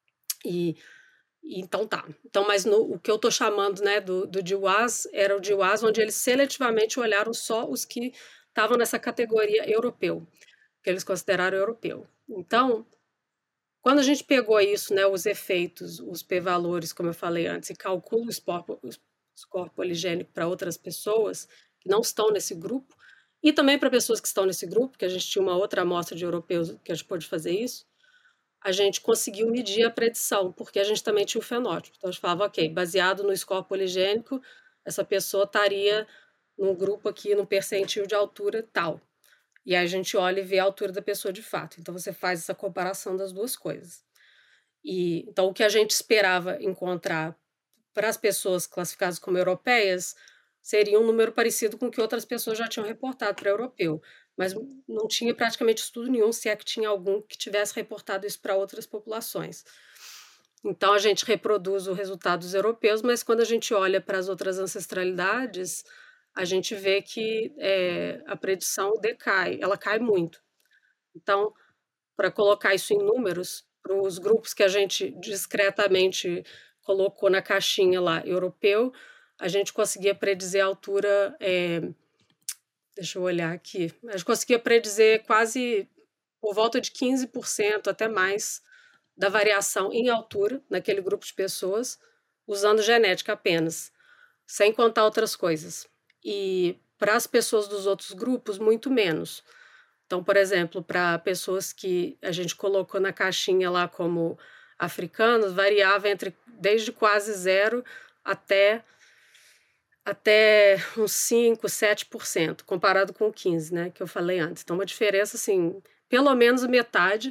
E então tá. Então, mas o que eu estou chamando, né, do DWAS era o DWAS onde eles seletivamente olharam só os que estavam nessa categoria europeu, que eles consideraram europeu. Então, quando a gente pegou isso, né, os efeitos, os p-valores, como eu falei antes, e calcula o score poligênico para outras pessoas que não estão nesse grupo, e também para pessoas que estão nesse grupo, que a gente tinha uma outra amostra de europeus que a gente pôde fazer isso, a gente conseguiu medir a predição, porque a gente também tinha o fenótipo. Então a gente falava, ok, baseado no score poligênico, essa pessoa estaria num grupo aqui, num percentil de altura tal. E aí a gente olha e vê a altura da pessoa de fato. Então você faz essa comparação das duas coisas. E então o que a gente esperava encontrar para as pessoas classificadas como europeias seria um número parecido com o que outras pessoas já tinham reportado para europeu, mas não tinha praticamente estudo nenhum, se é que tinha algum que tivesse reportado isso para outras populações. Então a gente reproduz o resultado dos europeus, mas quando a gente olha para as outras ancestralidades, a gente vê que a predição decai, ela cai muito. Então, para colocar isso em números, para os grupos que a gente discretamente colocou na caixinha lá, europeu, a gente conseguia predizer a altura, deixa eu olhar aqui, a gente conseguia predizer quase por volta de 15%, até mais, da variação em altura naquele grupo de pessoas, usando genética apenas, sem contar outras coisas. E para as pessoas dos outros grupos, muito menos. Então, por exemplo, para pessoas que a gente colocou na caixinha lá como africanos, variava desde quase zero até, até uns 5, 7%, comparado com 15%, né, que eu falei antes. Então, uma diferença, assim, pelo menos metade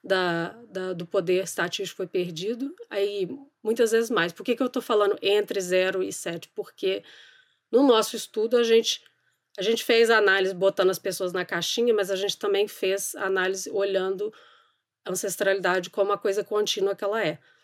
do poder estatístico foi perdido, aí muitas vezes mais. Por que eu estou falando entre 0 e 7? Porque no nosso estudo a gente fez análise botando as pessoas na caixinha, mas a gente também fez análise olhando a ancestralidade como a coisa contínua que ela é.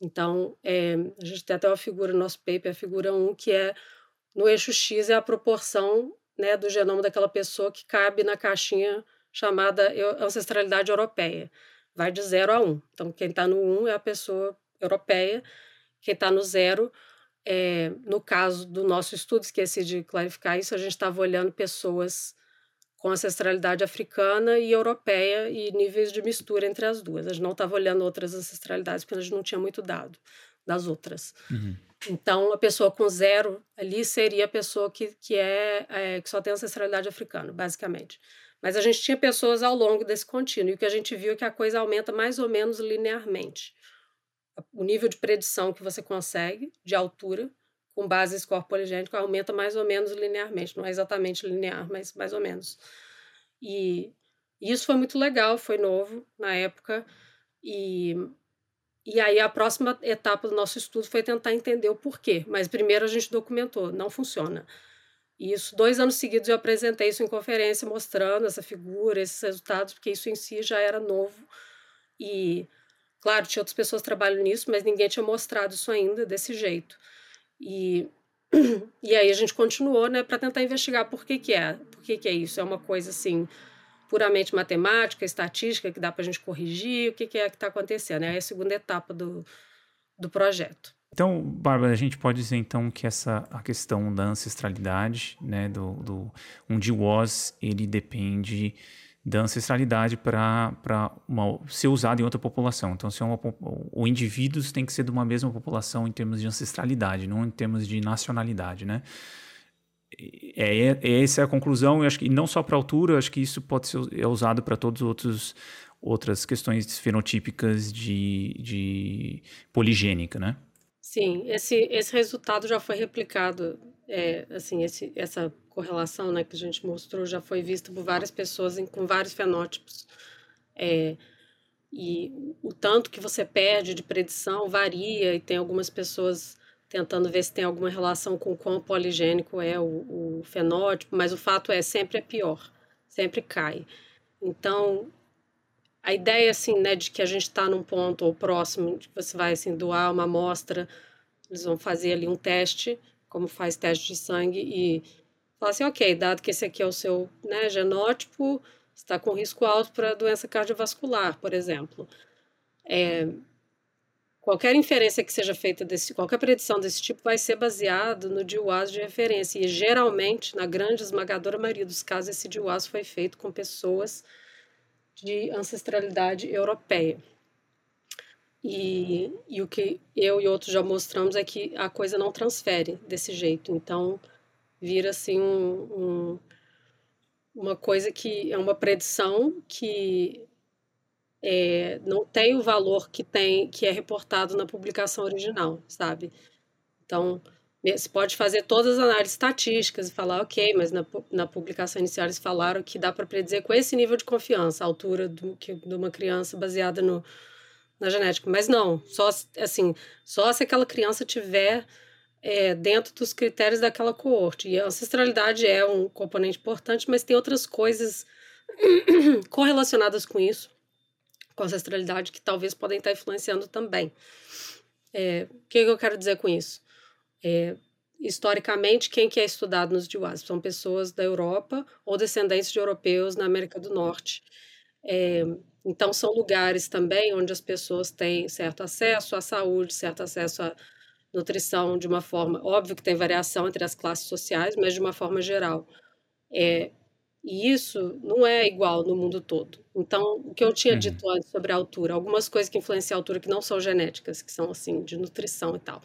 Então, a gente tem até uma figura no nosso paper, a figura 1, que é no eixo X é a proporção, né, do genoma daquela pessoa que cabe na caixinha chamada ancestralidade europeia. Vai de 0 a 1. Então, quem está no 1 é a pessoa europeia, quem está no 0, no caso do nosso estudo, esqueci de clarificar isso, a gente estava olhando pessoas com ancestralidade africana e europeia e níveis de mistura entre as duas. A gente não estava olhando outras ancestralidades, porque a gente não tinha muito dado das outras. Uhum. Então, a pessoa com 0 ali seria a pessoa que só tem ancestralidade africana, basicamente. Mas a gente tinha pessoas ao longo desse contínuo, e o que a gente viu é que a coisa aumenta mais ou menos linearmente. O nível de predição que você consegue, de altura, com base em score poligênico, aumenta mais ou menos linearmente. Não é exatamente linear, mas mais ou menos. E isso foi muito legal, foi novo na época. E aí a próxima etapa do nosso estudo foi tentar entender o porquê. Mas primeiro a gente documentou, não funciona. E isso, 2 anos seguidos eu apresentei isso em conferência, mostrando essa figura, esses resultados, porque isso em si já era novo. E, claro, tinha outras pessoas trabalhando nisso, mas ninguém tinha mostrado isso ainda desse jeito. E aí a gente continuou, né, para tentar investigar por que é isso. É uma coisa assim puramente matemática, estatística, que dá para a gente corrigir, o que é que está acontecendo. É a segunda etapa do projeto. Então, Bárbara, a gente pode dizer então que a questão da ancestralidade, né, um GWAS, ele depende da ancestralidade para ser usado em outra população. Então, se o indivíduos tem que ser de uma mesma população em termos de ancestralidade, não em termos de nacionalidade, né? Essa é a conclusão, eu acho que não só para a altura, eu acho que isso pode ser usado para todos os outras questões fenotípicas de poligênica, né? Sim, esse resultado já foi replicado, assim, essa correlação, né, que a gente mostrou já foi vista por várias pessoas com vários fenótipos. E o tanto que você perde de predição varia, e tem algumas pessoas tentando ver se tem alguma relação com o quão poligênico é o fenótipo, mas o fato sempre é pior, sempre cai. Então, a ideia, assim, né, de que a gente está num ponto ou próximo, de que você vai, assim, doar uma amostra, eles vão fazer ali um teste, como faz teste de sangue, e falar assim, ok, dado que esse aqui é o seu, né, genótipo, está com risco alto para doença cardiovascular, por exemplo. Qualquer inferência que seja feita qualquer predição desse tipo vai ser baseado no GWAS de referência, e geralmente, na grande esmagadora maioria dos casos, esse GWAS foi feito com pessoas de ancestralidade europeia. E o que eu e outros já mostramos é que a coisa não transfere desse jeito. Então, vira assim uma coisa que é uma predição que não tem o valor que é reportado na publicação original, sabe? Então, você pode fazer todas as análises estatísticas e falar, ok, mas na publicação inicial eles falaram que dá para predizer com esse nível de confiança, a altura de uma criança baseada na genética. Mas não, só se aquela criança tiver dentro dos critérios daquela coorte. E a ancestralidade é um componente importante, mas tem outras coisas correlacionadas com isso, com a ancestralidade, que talvez podem estar influenciando também. O que eu quero dizer com isso? Historicamente, quem que é estudado nos GWAS? São pessoas da Europa ou descendentes de europeus na América do Norte. Então, são lugares também onde as pessoas têm certo acesso à saúde, certo acesso à nutrição de uma forma... Óbvio que tem variação entre as classes sociais, mas de uma forma geral. E isso não é igual no mundo todo. Então, o que eu tinha dito antes sobre a altura, algumas coisas que influenciam a altura que não são genéticas, que são, assim, de nutrição e tal.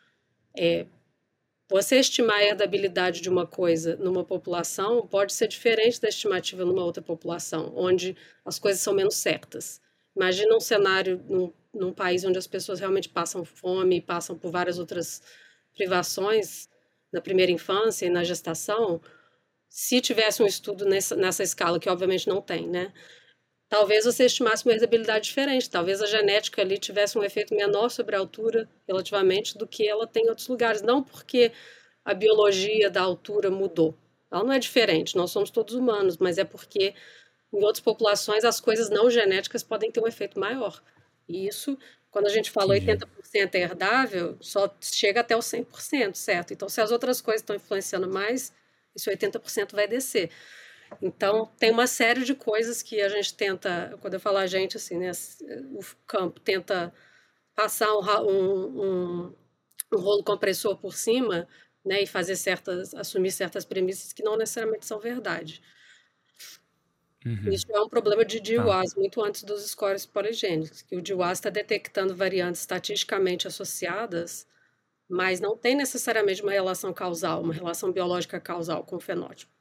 Você estimar a herdabilidade de uma coisa numa população pode ser diferente da estimativa numa outra população, onde as coisas são menos certas. Imagina um cenário num país onde as pessoas realmente passam fome, passam por várias outras privações na primeira infância e na gestação. Se tivesse um estudo nessa escala, que obviamente não tem, né? Talvez você estimasse uma herdabilidade diferente, talvez a genética ali tivesse um efeito menor sobre a altura, relativamente, do que ela tem em outros lugares. Não porque a biologia da altura mudou. Ela não é diferente, nós somos todos humanos, mas é porque em outras populações as coisas não genéticas podem ter um efeito maior. E isso Quando a gente fala Entendi. 80% é herdável, só chega até o 100%, certo? Então, se as outras coisas estão influenciando mais, esse 80% vai descer. Então, tem uma série de coisas que a gente tenta, quando eu falo a gente, assim, né, o campo tenta passar um rolo compressor por cima, né, e assumir certas premissas que não necessariamente são verdade. Uhum. Isso é um problema de Tá. GWAS, muito antes dos scores poligênicos, que o GWAS está detectando variantes estatisticamente associadas, mas não tem necessariamente uma relação causal, uma relação biológica causal com o fenótipo.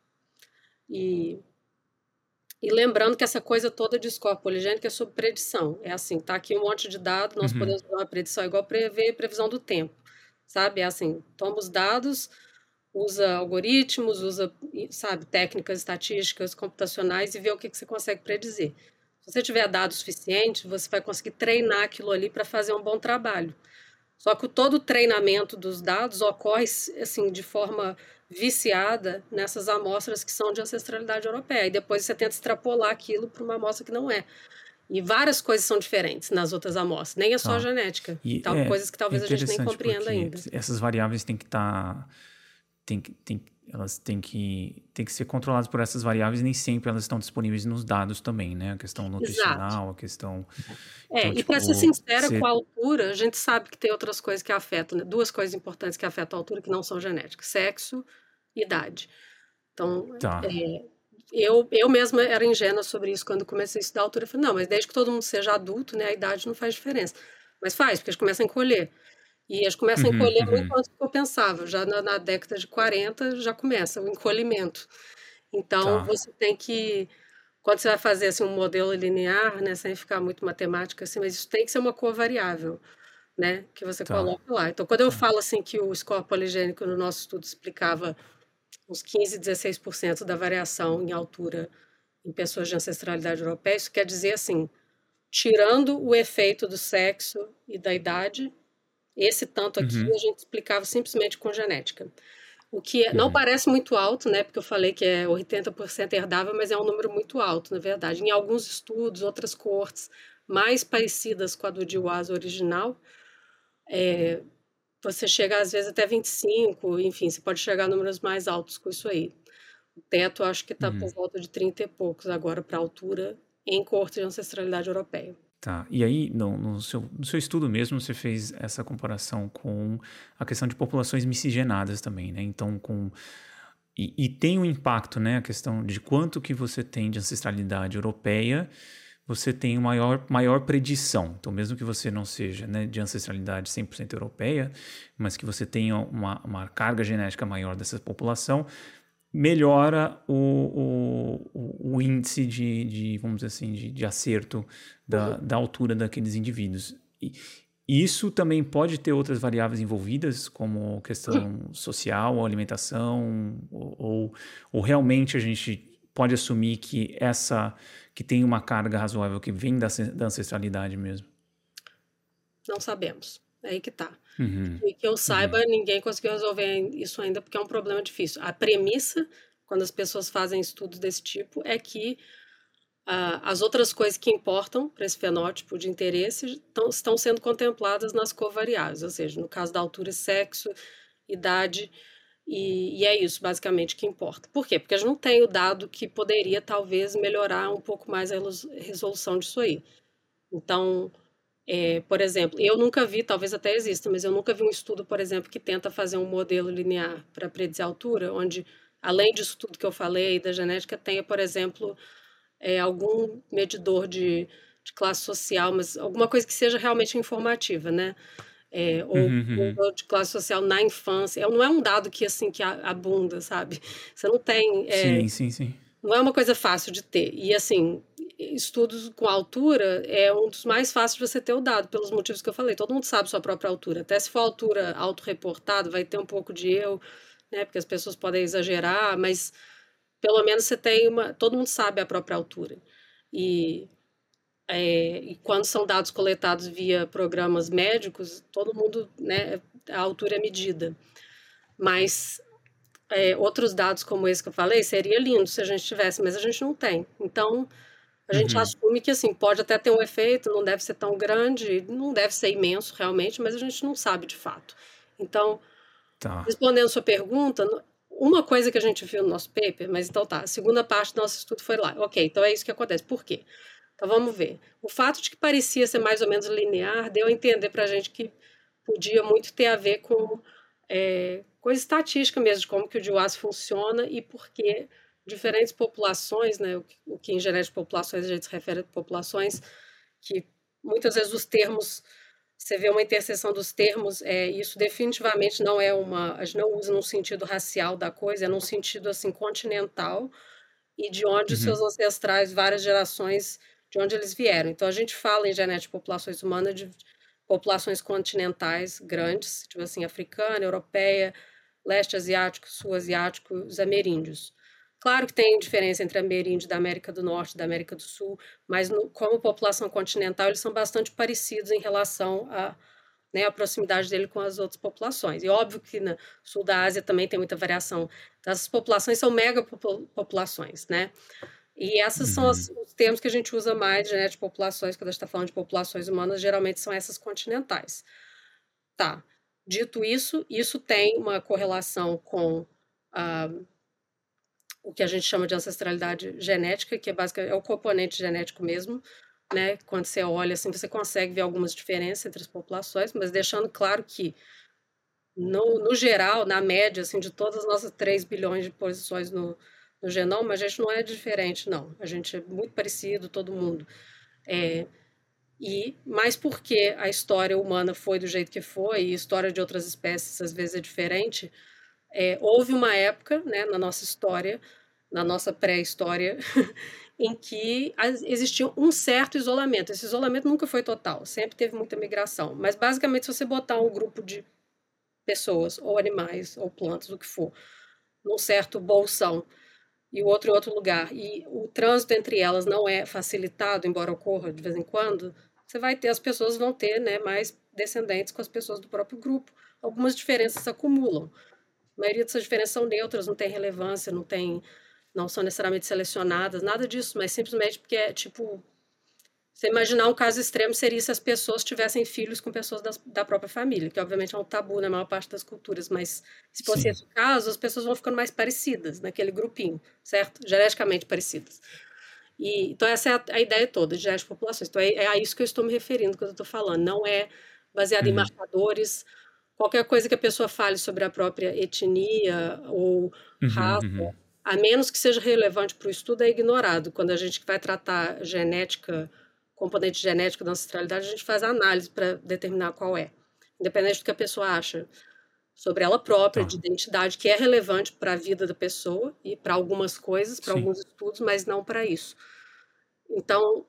E lembrando que essa coisa toda de score poligênico é sobre predição. É assim, tá aqui um monte de dados, nós Uhum. podemos fazer uma predição igual prever previsão do tempo, sabe? É assim, toma os dados, usa algoritmos, usa, sabe, técnicas estatísticas, computacionais e vê o que você consegue predizer. Se você tiver dados suficientes, você vai conseguir treinar aquilo ali para fazer um bom trabalho. Só que todo o treinamento dos dados ocorre assim de forma viciada nessas amostras que são de ancestralidade europeia. E depois você tenta extrapolar aquilo para uma amostra que não é. E várias coisas são diferentes nas outras amostras. Nem é só a Tá. genética. E Coisas que é talvez a gente nem interessante compreenda porque ainda. essas variáveis têm que estar. Elas têm que ser controladas por essas variáveis e nem sempre elas estão disponíveis nos dados também, né? A questão Exato. nutricional, a questão. Então, E para ser tipo, sincera, com a altura, a gente sabe que tem outras coisas que afetam, né? Duas coisas importantes que afetam a altura que não são genéticas: sexo e idade. Então, tá. eu mesma era ingênua sobre isso quando comecei a estudar a altura. Eu falei, não, mas desde que todo mundo seja adulto, né, a idade não faz diferença. Mas faz, porque a gente começa a encolher. E a gente começa a Uhum, encolher muito uhum. antes do que eu pensava. Já na década de 40 já começa o encolhimento. Então, Tá, você tem que, quando você vai fazer assim, um modelo linear, né, sem ficar muito matemática, assim, mas isso tem que ser uma covariável, né, que você tá, coloca lá. Então, quando eu tá. falo assim que o score poligênico no nosso estudo explicava uns 15, 16% da variação em altura em pessoas de ancestralidade europeia, isso quer dizer assim, tirando o efeito do sexo e da idade, esse tanto aqui Uhum, a gente explicava simplesmente com genética. O que não uhum. parece muito alto, né? Porque eu falei que é 80% herdável, mas é um número muito alto, na verdade. Em alguns estudos, outras coortes mais parecidas com a do DIWAS original, você chega às vezes até 25, enfim, você pode chegar a números mais altos com isso aí. O teto acho que está por Uhum. volta de 30 e poucos agora para a altura em coorte de ancestralidade europeia. Tá. E aí, no seu estudo mesmo, você fez essa comparação com a questão de populações miscigenadas também, né? Então, e tem um impacto, né? A questão de quanto que você tem de ancestralidade europeia, você tem maior predição. Então, mesmo que você não seja, né, de ancestralidade 100% europeia, mas que você tenha uma carga genética maior dessa população, melhora o índice vamos dizer assim, de acerto Uhum. da altura daqueles indivíduos. E isso também pode ter outras variáveis envolvidas, como questão social, ou alimentação, ou realmente a gente pode assumir que tem uma carga razoável que vem da ancestralidade mesmo. Não sabemos. É aí que tá. Uhum, E que eu saiba, uhum, ninguém conseguiu resolver isso ainda, porque é um problema difícil. A premissa, quando as pessoas fazem estudos desse tipo, é que as outras coisas que importam para esse fenótipo de interesse estão sendo contempladas nas covariáveis, ou seja, no caso da altura, sexo, idade, e é isso basicamente que importa. Por quê? Porque a gente não tem o dado que poderia talvez melhorar um pouco mais a resolução disso aí. Então, por exemplo, eu nunca vi, talvez até exista, mas eu nunca vi um estudo, por exemplo, que tenta fazer um modelo linear para predizer a altura, onde, além disso tudo que eu falei da genética, tenha, por exemplo, algum medidor de classe social, mas alguma coisa que seja realmente informativa, né? Ou uhum, uhum. medidor de classe social na infância. Não é um dado que assim que abunda, sabe? Você não tem, Sim, sim, sim. não é uma coisa fácil de ter. E assim, estudos com altura é um dos mais fáceis de você ter o dado, pelos motivos que eu falei. Todo mundo sabe sua própria altura. Até se for altura autorreportada, vai ter um pouco de erro, né? Porque as pessoas podem exagerar, mas pelo menos você tem uma. Todo mundo sabe a própria altura. E, e quando são dados coletados via programas médicos, todo mundo, né, a altura é medida. Mas outros dados como esse que eu falei, seria lindo se a gente tivesse, mas a gente não tem. Então, A gente Uhum. assume que, assim, pode até ter um efeito, não deve ser tão grande, não deve ser imenso realmente, mas a gente não sabe de fato. Então, Tá. respondendo a sua pergunta, uma coisa que a gente viu no nosso paper, mas então tá, a segunda parte do nosso estudo foi lá. Ok, então é isso que acontece. Por quê? Então vamos ver. O fato de que parecia ser mais ou menos linear deu a entender para a gente que podia muito ter a ver com coisa estatística mesmo, de como que o DWAS funciona e por que diferentes populações, né, o que em genética de populações a gente se refere a populações que muitas vezes os termos, você vê uma interseção dos termos, isso definitivamente não é a gente não usa num sentido racial da coisa, é num sentido assim continental e de onde os seus Uhum. ancestrais, várias gerações, de onde eles vieram. Então a gente fala em genética de populações humanas de populações continentais grandes, tipo assim, africana, europeia, leste asiático, sul asiático, os ameríndios. Claro que tem diferença entre ameríndio da América do Norte e da América do Sul, mas como população continental eles são bastante parecidos em relação a, né, a proximidade dele com as outras populações. E óbvio que no sul da Ásia também tem muita variação. Então, essas populações são megapopulações, né? E esses são Uhum. os termos que a gente usa mais, né, de populações, quando a gente está falando de populações humanas, geralmente são essas continentais. Tá. Dito isso, isso tem uma correlação com ah, o que a gente chama de ancestralidade genética, que é basicamente o componente genético mesmo, né? Quando você olha assim, você consegue ver algumas diferenças entre as populações, mas deixando claro que no geral, na média, assim, de todas as nossas 3 bilhões de posições no genoma, a gente não é diferente, não. A gente é muito parecido, todo mundo. É, mas porque a história humana foi do jeito que foi, e a história de outras espécies às vezes é diferente, houve uma época, né, na nossa história, na nossa pré-história, em que existia um certo isolamento. Esse isolamento nunca foi total, sempre teve muita migração. Mas basicamente, se você botar um grupo de pessoas, ou animais, ou plantas, o que for, num certo bolsão e o outro em outro lugar, e o trânsito entre elas não é facilitado, embora ocorra de vez em quando, você vai ter, as pessoas vão ter, né, mais descendentes com as pessoas do próprio grupo. Algumas diferenças se acumulam. A maioria dessas diferenças são neutras, não tem relevância, não são necessariamente selecionadas, nada disso, mas simplesmente porque é tipo, você imaginar um caso extremo seria se as pessoas tivessem filhos com pessoas da própria família, que obviamente é um tabu na maior parte das culturas, mas se fosse Sim. esse o caso, as pessoas vão ficando mais parecidas naquele grupinho, certo? Geneticamente parecidas. Então essa é a ideia toda de genética de populações. Então é a isso que eu estou me referindo quando eu estou falando. Não é baseado em Uhum. marcadores. Qualquer coisa que a pessoa fale sobre a própria etnia ou Uhum. raça, Uhum. a menos que seja relevante para o estudo, é ignorado. Quando a gente vai tratar genética, componente genético da ancestralidade, a gente faz a análise para determinar qual é, independente do que a pessoa acha sobre ela própria, Tá. de identidade, que é relevante para a vida da pessoa e para algumas coisas, para Sim. alguns estudos, mas não para isso. Então,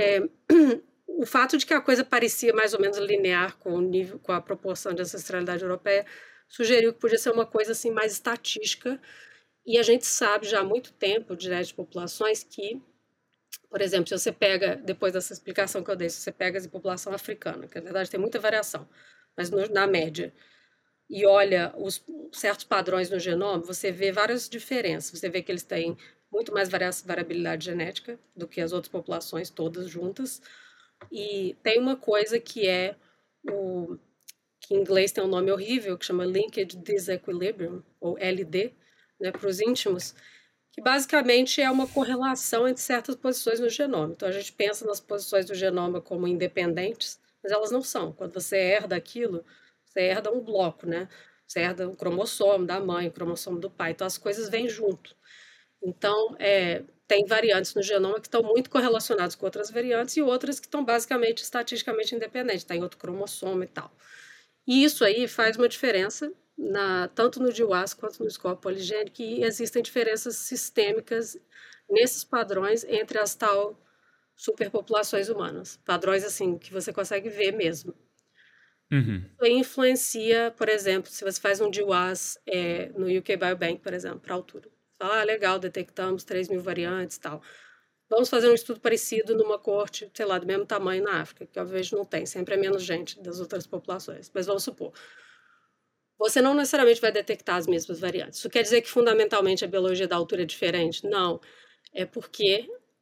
o fato de que a coisa parecia mais ou menos linear com o nível, com a proporção de ancestralidade europeia, sugeriu que podia ser uma coisa assim mais estatística. E a gente sabe já há muito tempo de genética de populações que, por exemplo, se você pega, depois dessa explicação que eu dei, se você pega a população africana, que na verdade tem muita variação, mas na média, e olha os certos padrões no genoma, você vê várias diferenças. Você vê que eles têm muito mais variabilidade genética do que as outras populações todas juntas. E tem uma coisa que é o que em inglês tem um nome horrível, que chama Linkage Disequilibrium, ou LD, né, para os íntimos, que basicamente é uma correlação entre certas posições no genoma. Então a gente pensa nas posições do genoma como independentes, mas elas não são. Quando você herda aquilo, você herda um bloco, né? Você herda o cromossomo da mãe, o cromossomo do pai. Então as coisas vêm junto. Então, tem variantes no genoma que estão muito correlacionadas com outras variantes e outras que estão basicamente estatisticamente independentes, está em outro cromossomo e tal. E isso aí faz uma diferença tanto no DWAS quanto no score poligênico, e existem diferenças sistêmicas nesses padrões entre as tal superpopulações humanas. Padrões assim que você consegue ver mesmo. Uhum. Isso aí influencia, por exemplo, se você faz um DWAS no UK Biobank, por exemplo, para altura. Fala, legal, detectamos 3.000 variantes e tal. Vamos fazer um estudo parecido numa corte, sei lá, do mesmo tamanho na África, que obviamente não tem, sempre é menos gente das outras populações. Mas vamos supor, você não necessariamente vai detectar as mesmas variantes. Isso quer dizer que fundamentalmente a biologia da altura é diferente? Não. É porque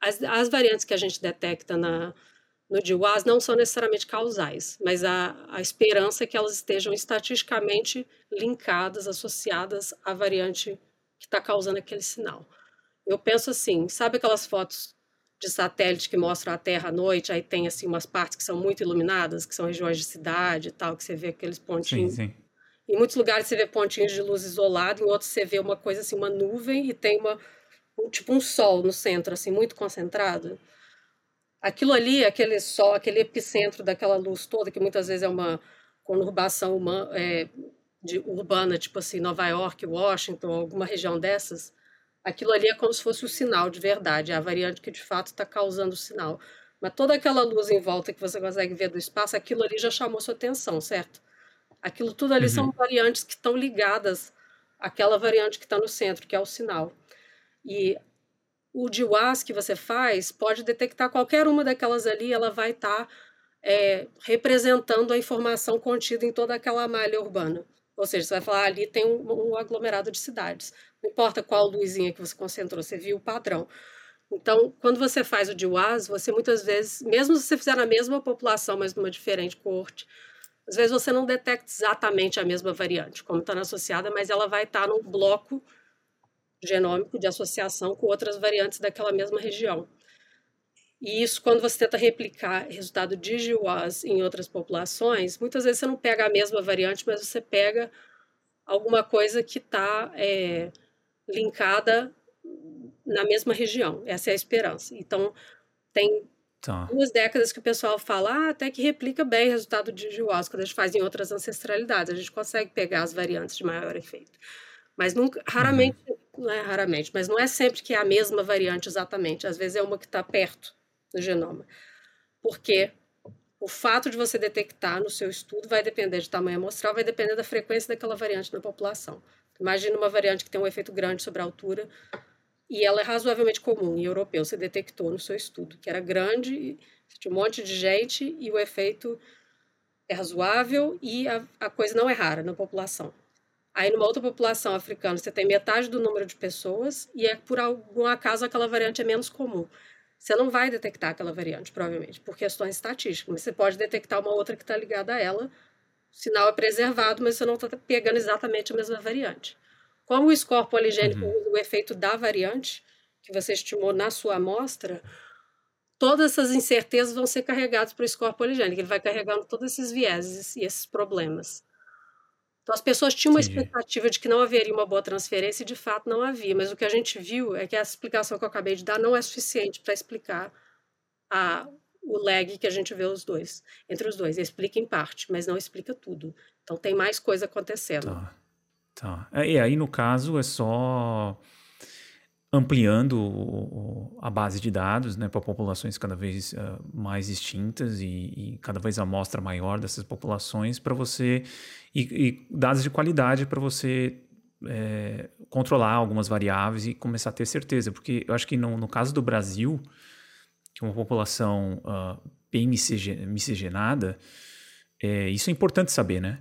as variantes que a gente detecta no DWAS não são necessariamente causais, mas a esperança é que elas estejam estatisticamente linkadas, associadas à variante que está causando aquele sinal. Eu penso assim, sabe aquelas fotos de satélite que mostram a Terra à noite, aí tem assim umas partes que são muito iluminadas, que são regiões de cidade e tal, que você vê aqueles Sim, pontinhos. sim. Em muitos lugares você vê pontinhos de luz isolado, em outros você vê uma coisa assim, uma nuvem e tem tipo um sol no centro, assim, muito concentrado. Aquilo ali, aquele sol, aquele epicentro daquela luz toda, que muitas vezes é uma conurbação urbana, tipo assim, Nova York, Washington, alguma região dessas, aquilo ali é como se fosse o sinal de verdade, é a variante que de fato está causando o sinal. Mas toda aquela luz em volta que você consegue ver do espaço, aquilo ali já chamou sua atenção, certo? Aquilo tudo ali são Uhum. variantes que estão ligadas àquela variante que está no centro, que é o sinal. E o DWAS que você faz pode detectar qualquer uma daquelas ali, ela vai estar representando a informação contida em toda aquela malha urbana. Ou seja, você vai falar, ali tem um aglomerado de cidades. Não importa qual luzinha que você concentrou, você viu o padrão. Então, quando você faz o DWAS, você muitas vezes, mesmo se você fizer na mesma população, mas numa diferente coorte, às vezes você não detecta exatamente a mesma variante, como está associada, mas ela vai estar no bloco genômico de associação com outras variantes daquela mesma região. E isso, quando você tenta replicar resultado de GWAS em outras populações, muitas vezes você não pega a mesma variante, mas você pega alguma coisa que está linkada na mesma região. Essa é a esperança. Então, tem Tá. 2 décadas que o pessoal fala, até que replica bem o resultado de GWAS, quando a gente faz em outras ancestralidades. A gente consegue pegar as variantes de maior efeito. Mas nunca, Uhum. raramente, não é raramente, mas não é sempre que é a mesma variante exatamente. Às vezes é uma que está perto no genoma. Porque o fato de você detectar no seu estudo vai depender de tamanho amostral, vai depender da frequência daquela variante na população. Imagina uma variante que tem um efeito grande sobre a altura e ela é razoavelmente comum em europeu. Você detectou no seu estudo que era grande, tinha um monte de gente e o efeito é razoável e a coisa não é rara na população. Aí, numa outra população africana, você tem metade do número de pessoas e por algum acaso aquela variante é menos comum. Você não vai detectar aquela variante, provavelmente, por questões estatísticas, mas você pode detectar uma outra que está ligada a ela. O sinal é preservado, mas você não está pegando exatamente a mesma variante. Como o score poligênico Uhum. usa o efeito da variante que você estimou na sua amostra, todas essas incertezas vão ser carregadas para o score poligênico. Ele vai carregando todos esses vieses e esses problemas. Então, as pessoas tinham uma Entendi. expectativa de que não haveria uma boa transferência e, de fato, não havia. Mas o que a gente viu é que essa explicação que eu acabei de dar não é suficiente para explicar a, o lag que a gente vê entre os dois. Explica em parte, mas não explica tudo. Então, tem mais coisa acontecendo. Tá. Tá. E aí, no caso, é só ampliando a base de dados, né, para populações cada vez mais extintas e cada vez a amostra maior dessas populações para você e dados de qualidade para você controlar algumas variáveis e começar a ter certeza, porque eu acho que no caso do Brasil, que é uma população bem miscigenada, isso é importante saber, né?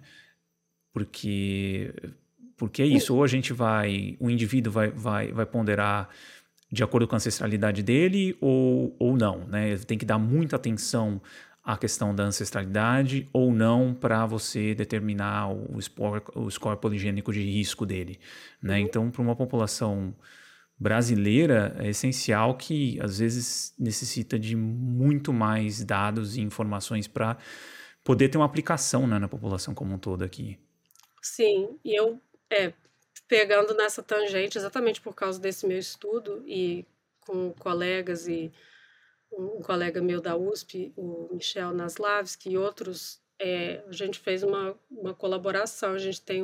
Porque é isso, ou a gente o indivíduo vai ponderar de acordo com a ancestralidade dele ou não, né? Tem que dar muita atenção à questão da ancestralidade ou não para você determinar o score poligênico de risco dele, né? Uhum. Então, para uma população brasileira, é essencial que às vezes necessita de muito mais dados e informações para poder ter uma aplicação, né, na população como um todo aqui. Sim, e eu, pegando nessa tangente, exatamente por causa desse meu estudo e com colegas e um colega meu da USP, o Michel Naslavski, e outros, a gente fez uma colaboração. A gente tem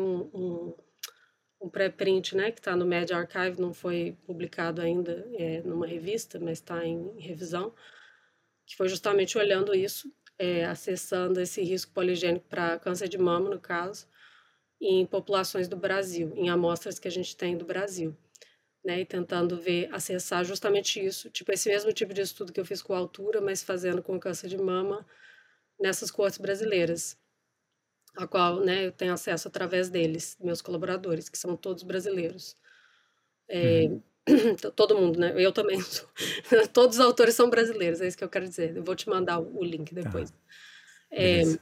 um pré-print, né, que está no Media Archive, não foi publicado ainda numa revista, mas está em revisão, que foi justamente olhando isso, acessando esse risco poligênico para câncer de mama, no caso, em populações do Brasil, em amostras que a gente tem do Brasil, né, e tentando acessar justamente isso, tipo esse mesmo tipo de estudo que eu fiz com a altura, mas fazendo com câncer de mama nessas coortes brasileiras, a qual, né, eu tenho acesso através deles, meus colaboradores, que são todos brasileiros. Uhum. Todo mundo, né? Eu também sou. Todos os autores são brasileiros, é isso que eu quero dizer. Eu vou te mandar o link depois. Tá, beleza.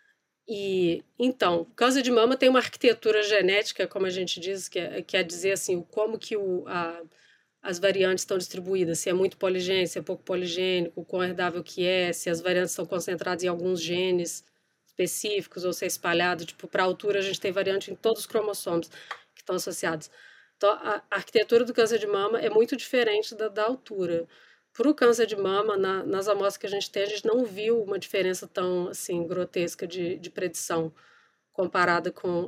E então, câncer de mama tem uma arquitetura genética, como a gente diz, quer dizer assim, como que as variantes estão distribuídas, se é muito poligênico, se é pouco poligênico, o quão herdável que é, se as variantes estão concentradas em alguns genes específicos ou se é espalhado. Tipo, para a altura a gente tem variante em todos os cromossomos que estão associados. Então, a arquitetura do câncer de mama é muito diferente da altura. Para o câncer de mama, nas amostras que a gente não viu uma diferença tão assim grotesca de predição comparada com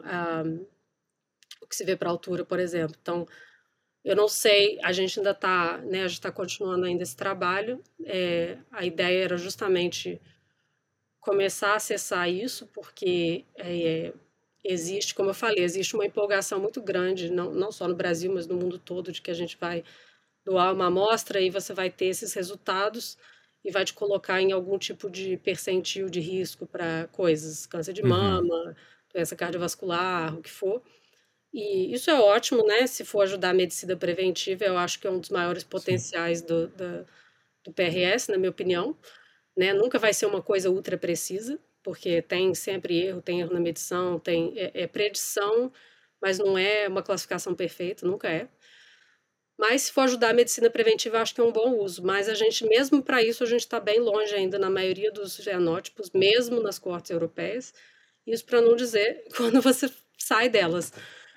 o que se vê para a altura, por exemplo. Então, eu não sei, a gente ainda está, né, a gente está continuando ainda esse trabalho. A ideia era justamente começar a acessar isso, porque existe, como eu falei, existe uma empolgação muito grande, não só no Brasil, mas no mundo todo, de que a gente vai doar uma amostra e você vai ter esses resultados e vai te colocar em algum tipo de percentil de risco para coisas, câncer de Uhum. mama, doença cardiovascular, o que for. E isso é ótimo, né? Se for ajudar a medicina preventiva, eu acho que é um dos maiores Sim, potenciais do PRS, na minha opinião, né? Nunca vai ser uma coisa ultra precisa, porque tem sempre erro, tem erro na medição, é predição, mas não é uma classificação perfeita, nunca é. Mas se for ajudar a medicina preventiva, eu acho que é um bom uso. Mas a gente, mesmo para isso, a gente está bem longe ainda na maioria dos fenótipos, mesmo nas coortes europeias. Isso para não dizer quando você sai delas.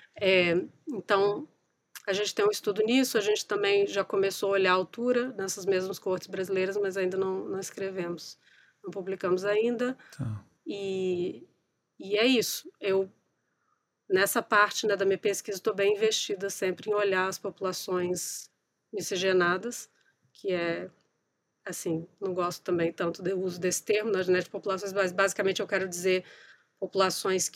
Então, a gente tem um estudo nisso, a gente também já começou a olhar a altura nessas mesmas coortes brasileiras, mas ainda não escrevemos, não publicamos ainda. tá. E, e é isso. Eu, nessa parte, né, da minha pesquisa, estou bem investida sempre em olhar as populações miscigenadas, que é, assim, não gosto também tanto do uso desse termo na genética de populações, mas basicamente eu quero dizer populações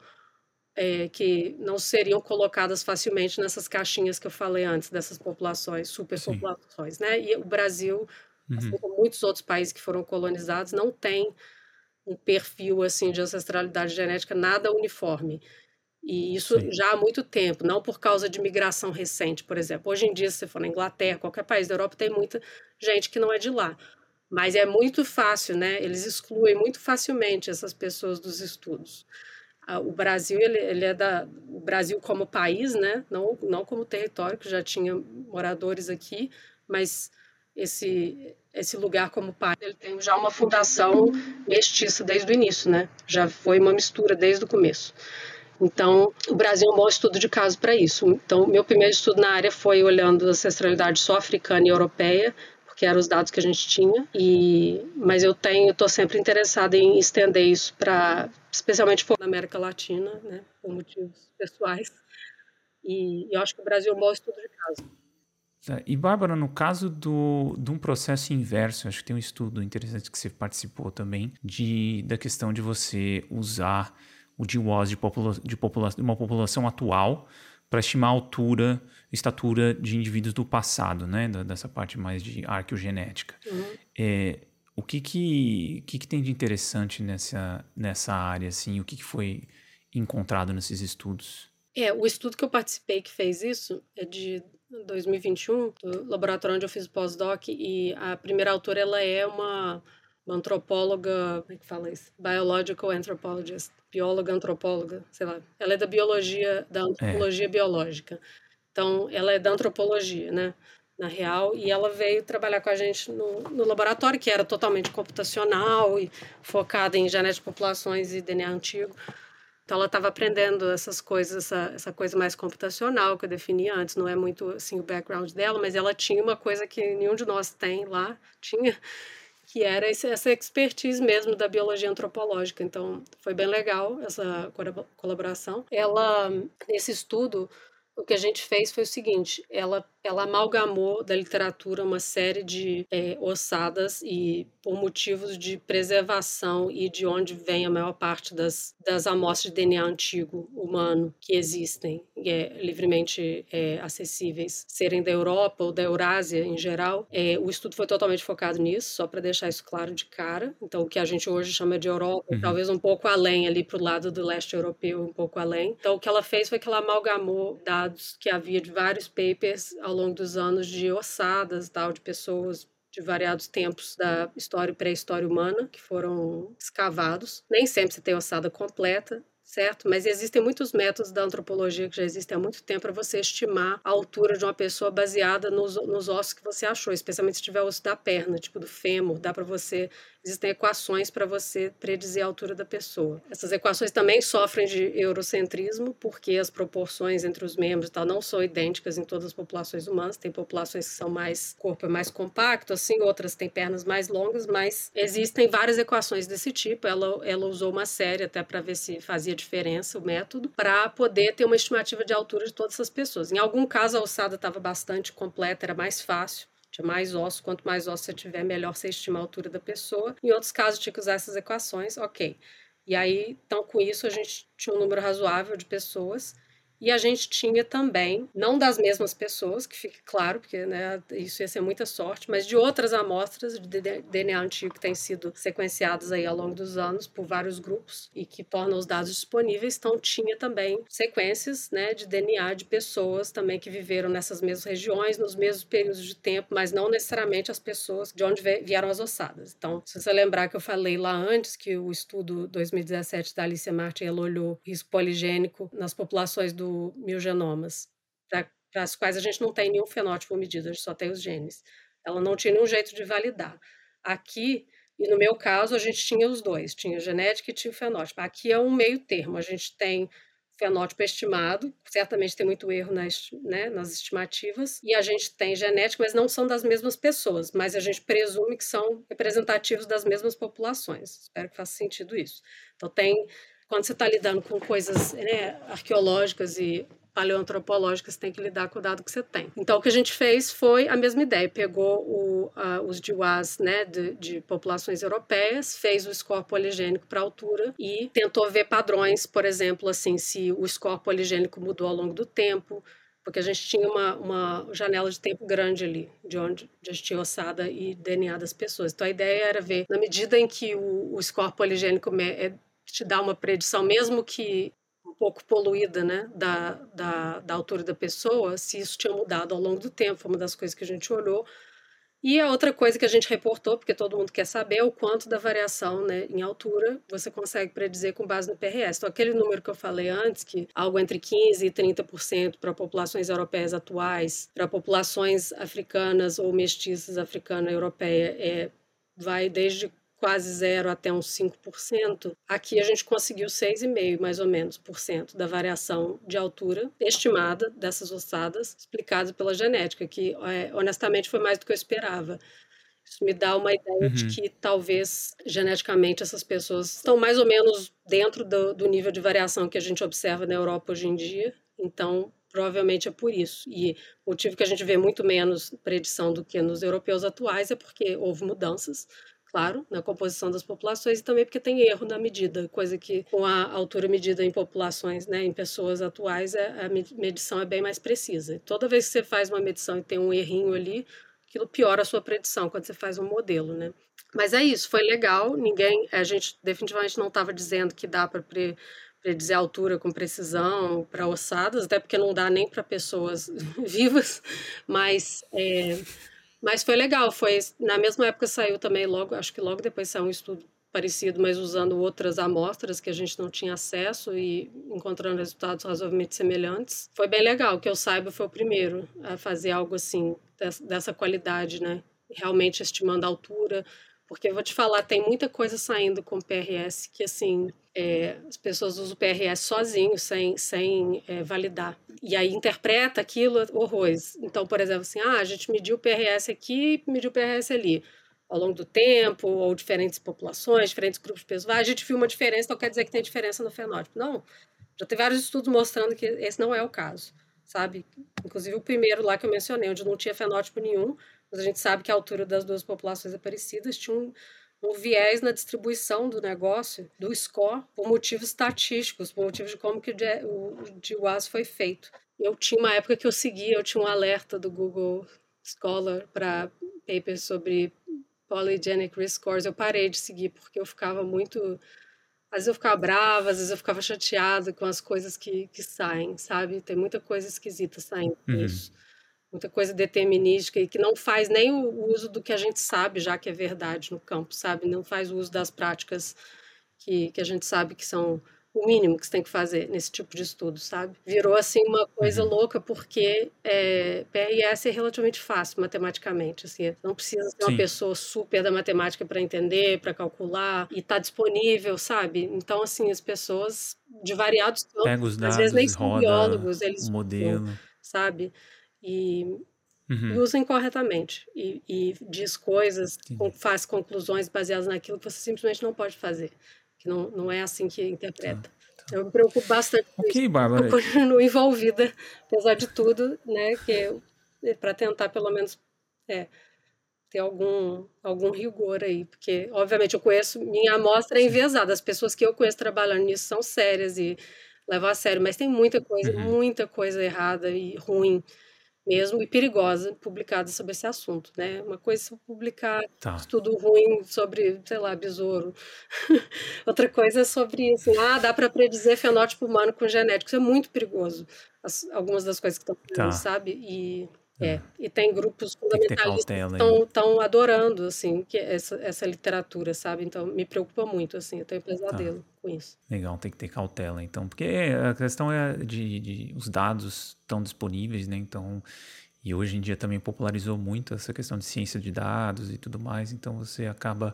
que não seriam colocadas facilmente nessas caixinhas que eu falei antes, dessas populações, Sim. superpopulações, né? E o Brasil, assim Uhum. como muitos outros países que foram colonizados, não tem um perfil assim de ancestralidade genética nada uniforme. E isso Sim. já há muito tempo, não por causa de migração recente, por exemplo. Hoje em dia, se você for na Inglaterra, qualquer país da Europa, tem muita gente que não é de lá. Mas é muito fácil, né? Eles excluem muito facilmente essas pessoas dos estudos. O Brasil, ele é o Brasil como país, né? Não como território, que já tinha moradores aqui, mas esse lugar como país, ele tem já uma fundação mestiça desde o início, né? Já foi uma mistura desde o começo. Então, o Brasil é um bom estudo de caso para isso. Então, meu primeiro estudo na área foi olhando a ancestralidade só africana e europeia, porque eram os dados que a gente tinha. Mas eu estou sempre interessada em estender isso para, especialmente na América Latina, né, por motivos pessoais. E eu acho que o Brasil é um bom estudo de caso. Tá. E, Bárbara, no caso de um processo inverso, acho que tem um estudo interessante que você participou também, da questão de você usar o GWAS de uma população atual para estimar a estatura de indivíduos do passado, né? Dessa parte mais de arqueogenética. Uhum. O que tem de interessante nessa área, assim? O que foi encontrado nesses estudos? O estudo que eu participei que fez isso é de 2021, do laboratório onde eu fiz o pós-doc, e a primeira autora, ela é uma antropóloga, como é que fala isso? Biological anthropologist, bióloga antropóloga, sei lá. Ela é da É. antropologia biológica. Então, ela é da antropologia, né? Na real, e ela veio trabalhar com a gente no laboratório, que era totalmente computacional e focada em genética de populações e DNA antigo. Então ela estava aprendendo essas coisas, essa coisa mais computacional que eu defini antes, não é muito assim o background dela, mas ela tinha uma coisa que nenhum de nós tem lá, tinha, que era essa expertise mesmo da biologia antropológica. Então foi bem legal essa colaboração. Ela, nesse estudo, o que a gente fez foi o seguinte: ela amalgamou da literatura uma série de ossadas e por motivos de preservação e de onde vem a maior parte das amostras de DNA antigo humano que existem, livremente acessíveis, serem da Europa ou da Eurásia em geral. O estudo foi totalmente focado nisso, só para deixar isso claro de cara. Então, o que a gente hoje chama de Europa, Uhum. talvez um pouco além, ali para o lado do leste europeu, um pouco além. Então, o que ela fez foi que ela amalgamou dados dados que havia de vários papers ao longo dos anos de ossadas, tal, de pessoas de variados tempos da história e pré-história humana que foram escavados. Nem sempre você tem ossada completa, certo? Mas existem muitos métodos da antropologia que já existem há muito tempo para você estimar a altura de uma pessoa baseada nos ossos que você achou, especialmente se tiver osso da perna, tipo do fêmur, dá para você. Existem equações para você predizer a altura da pessoa. Essas equações também sofrem de eurocentrismo, porque as proporções entre os membros e tal não são idênticas em todas as populações humanas. Tem populações que são mais, o corpo é mais compacto, assim, outras têm pernas mais longas, mas existem várias equações desse tipo. Ela usou uma série até para ver se fazia diferença o método, para poder ter uma estimativa de altura de todas essas pessoas. Em algum caso, a ossada estava bastante completa, era mais fácil. Tinha mais ossos, quanto mais ossos você tiver, melhor você estima a altura da pessoa. Em outros casos, tinha que usar essas equações, ok. E aí, então, com isso, a gente tinha um número razoável de pessoas. E a gente tinha também, não das mesmas pessoas, que fique claro, porque né, isso ia ser muita sorte, mas de outras amostras de DNA antigo que têm sido sequenciadas aí ao longo dos anos por vários grupos e que tornam os dados disponíveis. Então, tinha também sequências né, de DNA de pessoas também que viveram nessas mesmas regiões, nos mesmos períodos de tempo, mas não necessariamente as pessoas de onde vieram as ossadas. Então, se você lembrar que eu falei lá antes que o estudo 2017 da Alicia Martin, ela olhou risco poligênico nas populações do milgenomas, para as quais a gente não tem nenhum fenótipo medido, a gente só tem os genes. Ela não tinha nenhum jeito de validar. Aqui, e no meu caso, a gente tinha os dois, tinha genética e tinha o fenótipo. Aqui é um meio termo, a gente tem fenótipo estimado, certamente tem muito erro nas estimativas, e a gente tem genética, mas não são das mesmas pessoas, mas a gente presume que são representativos das mesmas populações. Espero que faça sentido isso. Então, quando você está lidando com coisas arqueológicas e paleoantropológicas, você tem que lidar com o dado que você tem. Então, o que a gente fez foi a mesma ideia, pegou os DIWAs de populações europeias, fez o score poligênico para altura e tentou ver padrões, por exemplo, assim, se o score poligênico mudou ao longo do tempo, porque a gente tinha uma janela de tempo grande ali, de onde a gente tinha ossada e DNA das pessoas. Então, a ideia era ver, na medida em que o score poligênico te dá uma predição, mesmo que um pouco poluída, né, da altura da pessoa, se isso tinha mudado ao longo do tempo, foi uma das coisas que a gente olhou. E a outra coisa que a gente reportou, porque todo mundo quer saber, é o quanto da variação né, em altura você consegue predizer com base no PRS. Então, aquele número que eu falei antes, que algo entre 15% e 30% para populações europeias atuais, para populações africanas ou mestiças africana-europeia, vai desde quase zero até uns 5%, aqui a gente conseguiu 6,5% mais ou menos por cento da variação de altura estimada dessas ossadas, explicada pela genética, que honestamente foi mais do que eu esperava. Isso me dá uma ideia de que talvez geneticamente essas pessoas estão mais ou menos dentro do nível de variação que a gente observa na Europa hoje em dia, então provavelmente é por isso. E o motivo que a gente vê muito menos predição do que nos europeus atuais é porque houve mudanças, claro, na composição das populações e também porque tem erro na medida, coisa que com a altura medida em populações, né, em pessoas atuais, a medição é bem mais precisa. Toda vez que você faz uma medição e tem um errinho ali, aquilo piora a sua predição quando você faz um modelo, né? Mas é isso, foi legal, a gente definitivamente não estava dizendo que dá para predizer a altura com precisão para ossadas, até porque não dá nem para pessoas vivas, mas foi legal, na mesma época saiu também acho que logo depois saiu um estudo parecido, mas usando outras amostras que a gente não tinha acesso e encontrando resultados razoavelmente semelhantes. Foi bem legal, que eu saiba foi o primeiro a fazer algo assim, dessa qualidade, né? Realmente estimando a altura, porque eu vou te falar, tem muita coisa saindo com PRS que, assim, as pessoas usam o PRS sozinho, sem validar. E aí interpreta aquilo horrores. Então, por exemplo, assim, a gente mediu o PRS aqui, mediu o PRS ali. Ao longo do tempo, ou diferentes populações, diferentes grupos de pessoas. A gente viu uma diferença, então quer dizer que tem diferença no fenótipo. Não, já tem vários estudos mostrando que esse não é o caso, sabe? Inclusive o primeiro lá que eu mencionei, onde não tinha fenótipo nenhum, mas a gente sabe que a altura das duas populações aparecidas tinha um viés na distribuição do negócio, do score, por motivos estatísticos, por motivos de como que o GWAS foi feito. Eu tinha uma época que eu tinha um alerta do Google Scholar para papers sobre polygenic risk scores. Eu parei de seguir porque eu ficava muito Às vezes eu ficava brava, às vezes eu ficava chateada com as coisas que saem, sabe? Tem muita coisa esquisita saindo Uhum. nisso. Muita coisa determinística e que não faz nem o uso do que a gente sabe já que é verdade no campo, sabe? Não faz o uso das práticas que a gente sabe que são o mínimo que você tem que fazer nesse tipo de estudo, sabe? Virou assim uma coisa Uhum. louca porque PRS é relativamente fácil matematicamente, assim, não precisa ser uma Sim. pessoa super da matemática para entender, para calcular e tá disponível, sabe? Então assim, as pessoas de variados Pega campos, os às vezes nem dados, são roda biólogos, o eles usam, modelo. sabe? E Uhum. usa incorretamente e diz coisas, Entendi. faz conclusões baseadas naquilo que você simplesmente não pode fazer, que não é assim que Tá, interpreta. tá. Eu me preocupo bastante com isso, Ok, por isso que eu Bárbara. continuo envolvida, apesar de tudo, né, para tentar pelo menos ter algum rigor aí, porque obviamente eu conheço, minha amostra é Sim. enviesada, as pessoas que eu conheço trabalhando nisso são sérias e levam a sério, mas tem Uhum. muita coisa errada e ruim mesmo e perigosa publicada sobre esse assunto, né? Uma coisa é se eu publicar Tá. estudo ruim sobre, sei lá, besouro. Outra coisa é sobre, assim, dá para predizer fenótipo humano com genético. Isso é muito perigoso. Algumas das coisas que estão fazendo, Tá. sabe? E, É. e tem grupos Tem que ter fundamentalistas que cautela aí. estão adorando, assim, que essa literatura, sabe? Então, me preocupa muito, assim, eu tenho Tá. pesadelo com isso. Legal, tem que ter cautela, então. Porque a questão é de os dados estão disponíveis, né? Então, e hoje em dia também popularizou muito essa questão de ciência de dados e tudo mais. Então, você acaba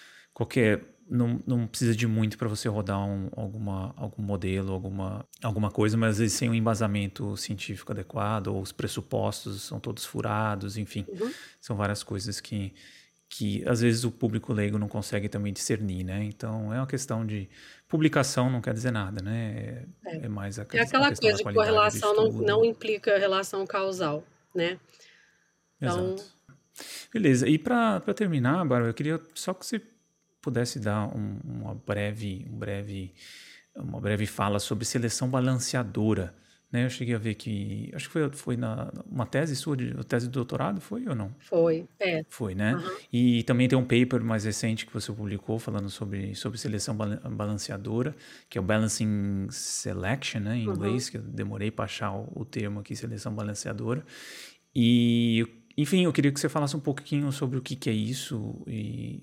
não precisa de muito para você rodar algum modelo, alguma coisa, mas às vezes sem um embasamento científico adequado, ou os pressupostos são todos furados, enfim, Uhum. são várias coisas que às vezes o público leigo não consegue também discernir, né? Então é uma questão de publicação, não quer dizer nada, né? É mais É a aquela questão coisa da de qualidade do correlação não estudo. implica relação causal, né? Exato. Então, Beleza. E para terminar, Bárbara, eu queria só que você pudesse dar uma breve fala sobre seleção balanceadora. Né? Eu cheguei a ver que. Acho que foi uma tese sua, tese de doutorado, foi ou não? foi. Foi, né? Aham. E também tem um paper mais recente que você publicou falando sobre seleção balanceadora, que é o Balancing Selection, né, em Uhum. inglês, que eu demorei para achar o termo aqui, seleção balanceadora. E, enfim, eu queria que você falasse um pouquinho sobre o que é isso e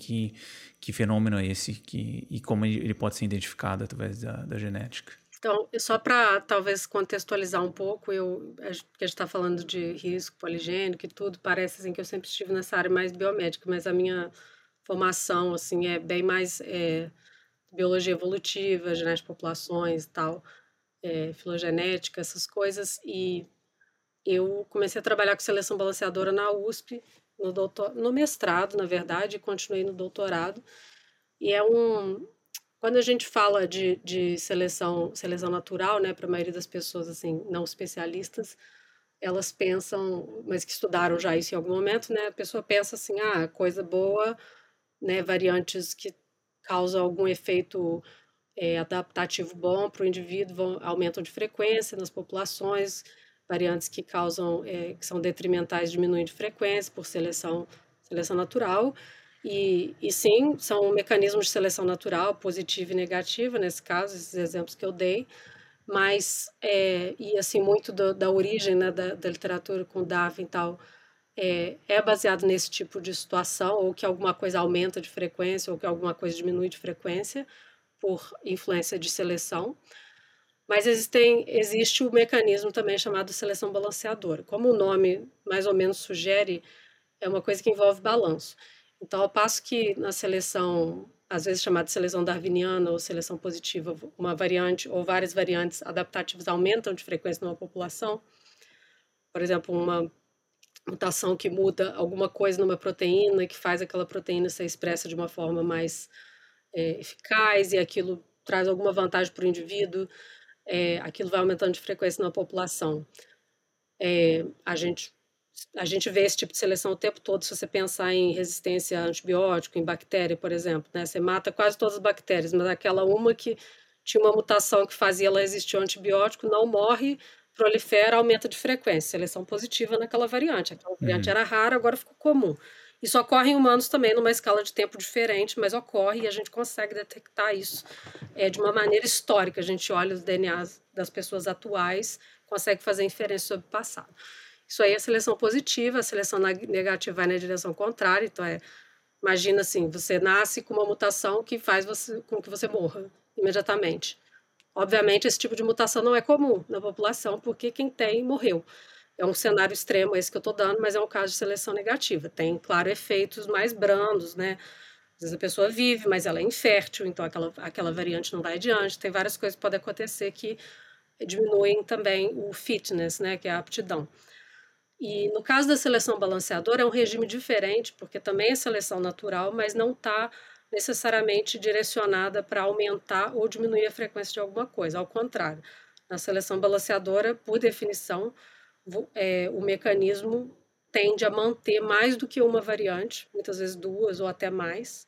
que fenômeno é esse e como ele pode ser identificado através da genética. Então, só para talvez contextualizar um pouco, porque a gente está falando de risco poligênico e tudo, parece assim que eu sempre estive nessa área mais biomédica, mas a minha formação assim é bem mais biologia evolutiva, genética de populações e tal, filogenética, essas coisas. E eu comecei a trabalhar com seleção balanceadora na USP, no mestrado, na verdade, e continuei no doutorado. E quando a gente fala de seleção natural, né, para a maioria das pessoas assim, não especialistas, elas pensam, mas que estudaram já isso em algum momento, né, a pessoa pensa assim, coisa boa, né, variantes que causam algum efeito adaptativo bom para o indivíduo, aumentam de frequência nas populações, variantes que causam, que são detrimentais diminuem de frequência por seleção natural, e sim, são mecanismos de seleção natural, positiva e negativa, nesse caso, esses exemplos que eu dei, mas, e assim, muito da origem, né, da literatura com Darwin e tal, é baseado nesse tipo de situação, ou que alguma coisa aumenta de frequência, ou que alguma coisa diminui de frequência, por influência de seleção, mas existe o mecanismo também chamado seleção balanceadora. Como o nome mais ou menos sugere, é uma coisa que envolve balanço. Então, ao passo que na seleção, às vezes chamada de seleção darwiniana ou seleção positiva, uma variante ou várias variantes adaptativas aumentam de frequência numa população, por exemplo, uma mutação que muda alguma coisa numa proteína, que faz aquela proteína ser expressa de uma forma mais eficaz e aquilo traz alguma vantagem para o indivíduo, aquilo vai aumentando de frequência na população. A gente a gente vê esse tipo de seleção o tempo todo, se você pensar em resistência a antibiótico, em bactéria, por exemplo, né? Você mata quase todas as bactérias, mas aquela uma que tinha uma mutação que fazia ela resistir ao antibiótico não morre, prolifera, aumenta de frequência. Seleção positiva naquela variante. Aquela variante Uhum. era rara, agora ficou comum. Isso ocorre em humanos também, numa escala de tempo diferente, mas ocorre e a gente consegue detectar isso de uma maneira histórica. A gente olha os DNAs das pessoas atuais, consegue fazer inferência sobre o passado. Isso aí é seleção positiva, a seleção negativa vai na direção contrária, então imagina assim, você nasce com uma mutação que faz com que você morra imediatamente. Obviamente, esse tipo de mutação não é comum na população, porque quem tem, morreu. É um cenário extremo esse que eu estou dando, mas é um caso de seleção negativa. Tem, claro, efeitos mais brandos, né? Às vezes a pessoa vive, mas ela é infértil, então aquela variante não vai adiante. Tem várias coisas que podem acontecer que diminuem também o fitness, né? Que é a aptidão. E no caso da seleção balanceadora é um regime diferente, porque também é seleção natural, mas não está necessariamente direcionada para aumentar ou diminuir a frequência de alguma coisa. Ao contrário, na seleção balanceadora, por definição, o mecanismo tende a manter mais do que uma variante, muitas vezes duas ou até mais,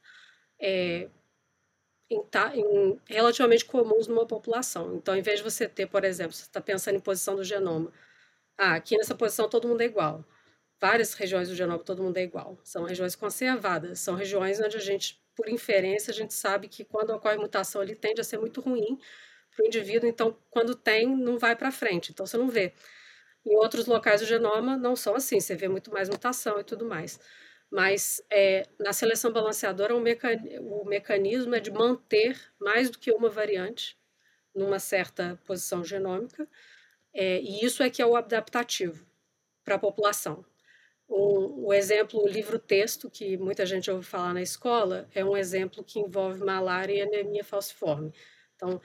relativamente comuns numa população. Então, em vez de você ter, por exemplo, você está pensando em posição do genoma, aqui nessa posição todo mundo é igual. Várias regiões do genoma todo mundo é igual. São regiões conservadas, são regiões onde a gente, por inferência, a gente sabe que quando ocorre mutação ali tende a ser muito ruim para o indivíduo, então quando tem, não vai para frente, então você não vê. Em outros locais do genoma não são assim, você vê muito mais mutação e tudo mais. Mas na seleção balanceadora o mecanismo é de manter mais do que uma variante numa certa posição genômica, e isso é que é o adaptativo para a população. O exemplo, o livro-texto, que muita gente ouve falar na escola, é um exemplo que envolve malária e anemia falciforme. Então,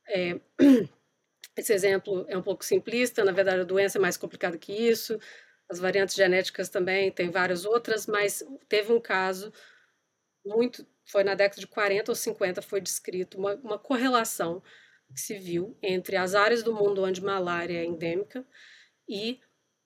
esse exemplo é um pouco simplista, na verdade a doença é mais complicada que isso, as variantes genéticas também, tem várias outras, mas teve um caso foi na década de 40 ou 50, foi descrito uma correlação que se viu entre as áreas do mundo onde malária é endêmica e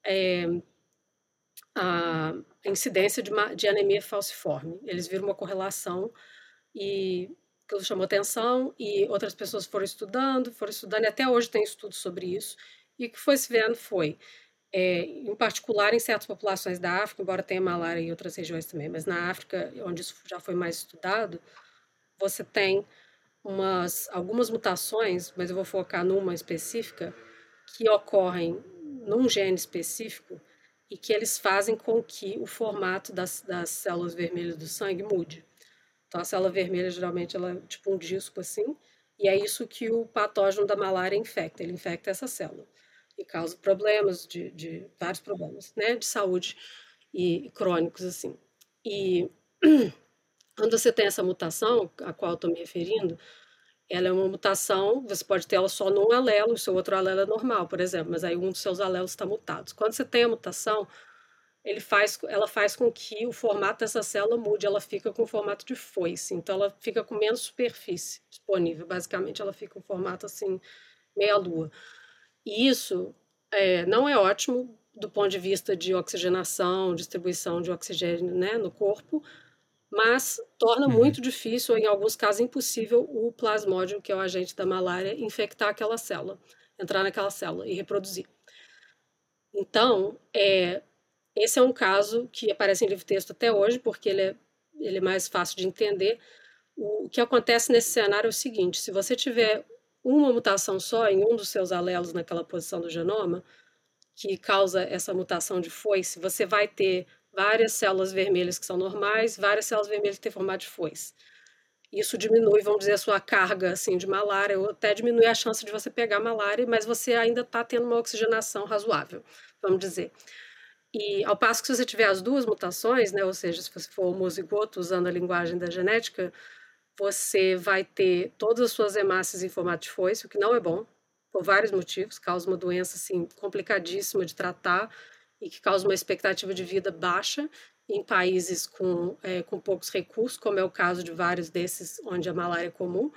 a incidência de anemia falciforme. Eles viram uma correlação e aquilo chamou atenção e outras pessoas foram estudando e até hoje tem estudos sobre isso. E o que foi se vendo foi, em particular em certas populações da África, embora tenha malária em outras regiões também, mas na África, onde isso já foi mais estudado, você tem algumas mutações, mas eu vou focar numa específica, que ocorrem num gene específico e que eles fazem com que o formato das células vermelhas do sangue mude. Então, a célula vermelha, geralmente, ela é tipo um disco assim, e é isso que o patógeno da malária infecta. Ele infecta essa célula e causa problemas, vários problemas, né, de saúde e crônicos, assim. E quando você tem essa mutação, a qual eu estou me referindo, ela é uma mutação, você pode ter ela só num alelo, o seu outro alelo é normal, por exemplo, mas aí um dos seus alelos está mutado. Quando você tem a mutação, ela faz com que o formato dessa célula mude, ela fica com o formato de foice, então ela fica com menos superfície disponível, basicamente ela fica com um formato assim, meia-lua. E isso não é ótimo do ponto de vista de oxigenação, distribuição de oxigênio, né, no corpo, mas torna muito difícil, ou em alguns casos impossível, o plasmódio, que é o agente da malária, infectar aquela célula, entrar naquela célula e reproduzir. Então, esse é um caso que aparece em livro-texto até hoje, porque ele é mais fácil de entender. O que acontece nesse cenário é o seguinte: se você tiver uma mutação só em um dos seus alelos naquela posição do genoma, que causa essa mutação de foice, você vai ter várias células vermelhas que são normais, várias células vermelhas que têm formato de foice. Isso diminui, vamos dizer, a sua carga assim, de malária, ou até diminui a chance de você pegar malária, mas você ainda está tendo uma oxigenação razoável, vamos dizer. E ao passo que se você tiver as duas mutações, né, ou seja, se você for homozigoto, usando a linguagem da genética, você vai ter todas as suas hemácias em formato de foice, o que não é bom, por vários motivos, causa uma doença assim, complicadíssima de tratar e que causa uma expectativa de vida baixa em países com poucos recursos, como é o caso de vários desses onde a malária é comum.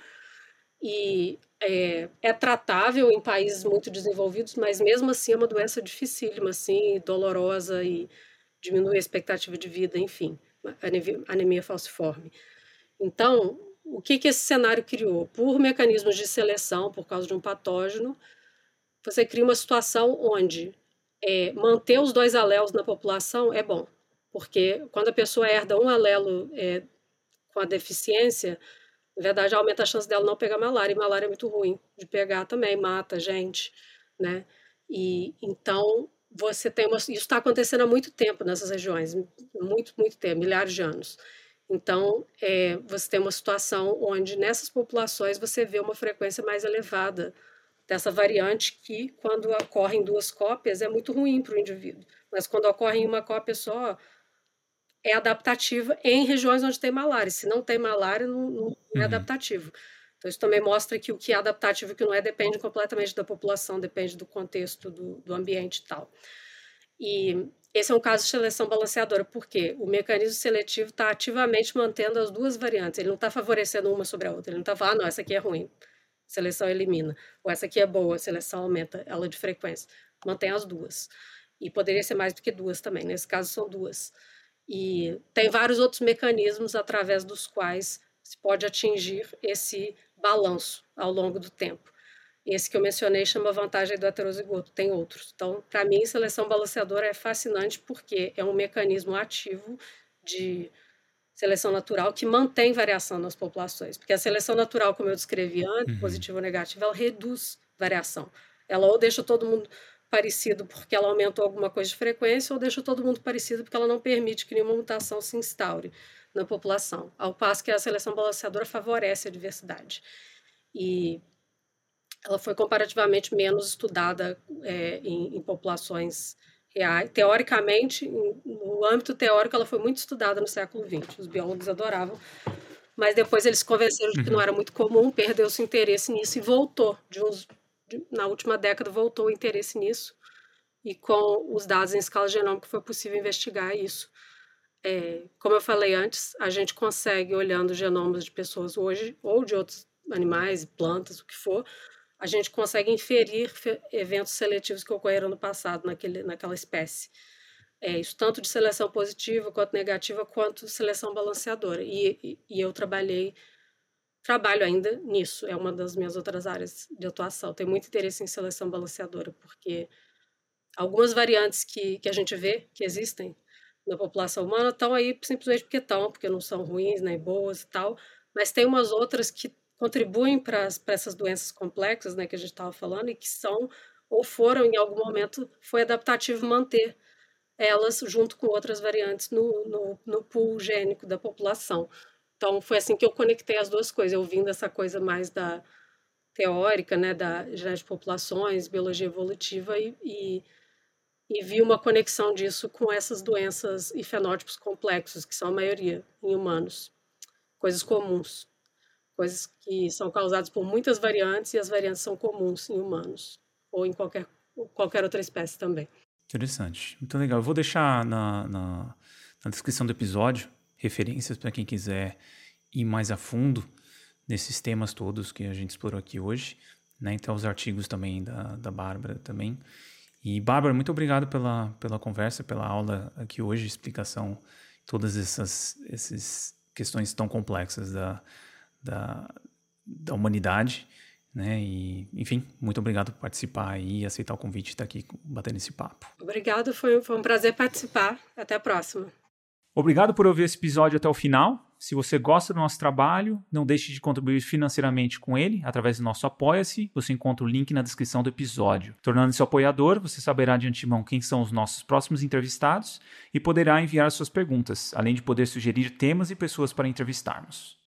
E é tratável em países muito desenvolvidos, mas mesmo assim é uma doença dificílima, assim, dolorosa e diminui a expectativa de vida, enfim, anemia falciforme. Então, o que esse cenário criou? Por mecanismos de seleção, por causa de um patógeno, você cria uma situação onde manter os dois alelos na população é bom. porque quando a pessoa herda um alelo com a deficiência, na verdade aumenta a chance dela não pegar malária, e malária é muito ruim de pegar também, mata gente, né? E então isso está acontecendo há muito tempo nessas regiões, muito, muito tempo, milhares de anos. Então, você tem uma situação onde nessas populações você vê uma frequência mais elevada dessa variante que, quando ocorre em 2 cópias, é muito ruim para o indivíduo. Mas quando ocorre em uma cópia só, é adaptativa em regiões onde tem malária. Se não tem malária, não é adaptativo. Então, isso também mostra que o que é adaptativo e o que não é depende completamente da população, depende do contexto, do ambiente e tal. E esse é um caso de seleção balanceadora, porque o mecanismo seletivo está ativamente mantendo as 2 variantes. Ele não está favorecendo uma sobre a outra. Ele não está falando, não, essa aqui é ruim, seleção elimina. Ou essa aqui é boa, seleção aumenta ela de frequência. Mantém as 2. E poderia ser mais do que 2 também. Nesse caso, são 2. E tem vários outros mecanismos através dos quais se pode atingir esse balanço ao longo do tempo. Esse que eu mencionei chama vantagem do heterozigoto, tem outros. Então, para mim, seleção balanceadora é fascinante porque é um mecanismo ativo de seleção natural que mantém variação nas populações. Porque a seleção natural, como eu descrevi antes, positiva ou negativa, ela reduz variação. Ela ou deixa todo mundo parecido porque ela aumentou alguma coisa de frequência, ou deixa todo mundo parecido porque ela não permite que nenhuma mutação se instaure na população. Ao passo que a seleção balanceadora favorece a diversidade. E ela foi comparativamente menos estudada em populações reais. Teoricamente, no âmbito teórico, ela foi muito estudada no século XX. Os biólogos adoravam, mas depois eles se convenceram de que não era muito comum, perdeu-se o interesse nisso e voltou. Na última década, voltou o interesse nisso, e com os dados em escala genômica foi possível investigar isso. Como eu falei antes, a gente consegue, olhando genomas de pessoas hoje, ou de outros animais, plantas, o que for, a gente consegue inferir eventos seletivos que ocorreram no passado naquela espécie. Isso tanto de seleção positiva quanto negativa, quanto seleção balanceadora. E eu trabalho ainda nisso, é uma das minhas outras áreas de atuação. Tenho muito interesse em seleção balanceadora, porque algumas variantes que a gente vê que existem na população humana estão aí simplesmente porque não são ruins nem boas e tal, mas tem umas outras que contribuem para essas doenças complexas, né, que a gente estava falando, e que são, ou foram, em algum momento, foi adaptativo manter elas junto com outras variantes no pool gênico da população. Então, foi assim que eu conectei as 2 coisas, eu vim dessa coisa mais da teórica, né, da genética de populações, biologia evolutiva, e vi uma conexão disso com essas doenças e fenótipos complexos, que são a maioria em humanos, coisas comuns. Coisas que são causadas por muitas variantes, e as variantes são comuns em humanos, ou em qualquer outra espécie também. Interessante, muito legal. Eu vou deixar na descrição do episódio referências para quem quiser ir mais a fundo nesses temas todos que a gente explorou aqui hoje, né? Então, os artigos também da Bárbara também. E, Bárbara, muito obrigado pela conversa, pela aula aqui hoje, explicação de todas essas questões tão complexas da humanidade, né? E, enfim, muito obrigado por participar e aceitar o convite de estar aqui batendo esse papo. Obrigado, foi um prazer participar. Até a próxima. Obrigado por ouvir esse episódio até o final. Se você gosta do nosso trabalho, não deixe de contribuir financeiramente com ele através do nosso Apoia-se. Você encontra o link na descrição do episódio. Tornando-se apoiador, você saberá de antemão quem são os nossos próximos entrevistados e poderá enviar suas perguntas, além de poder sugerir temas e pessoas para entrevistarmos.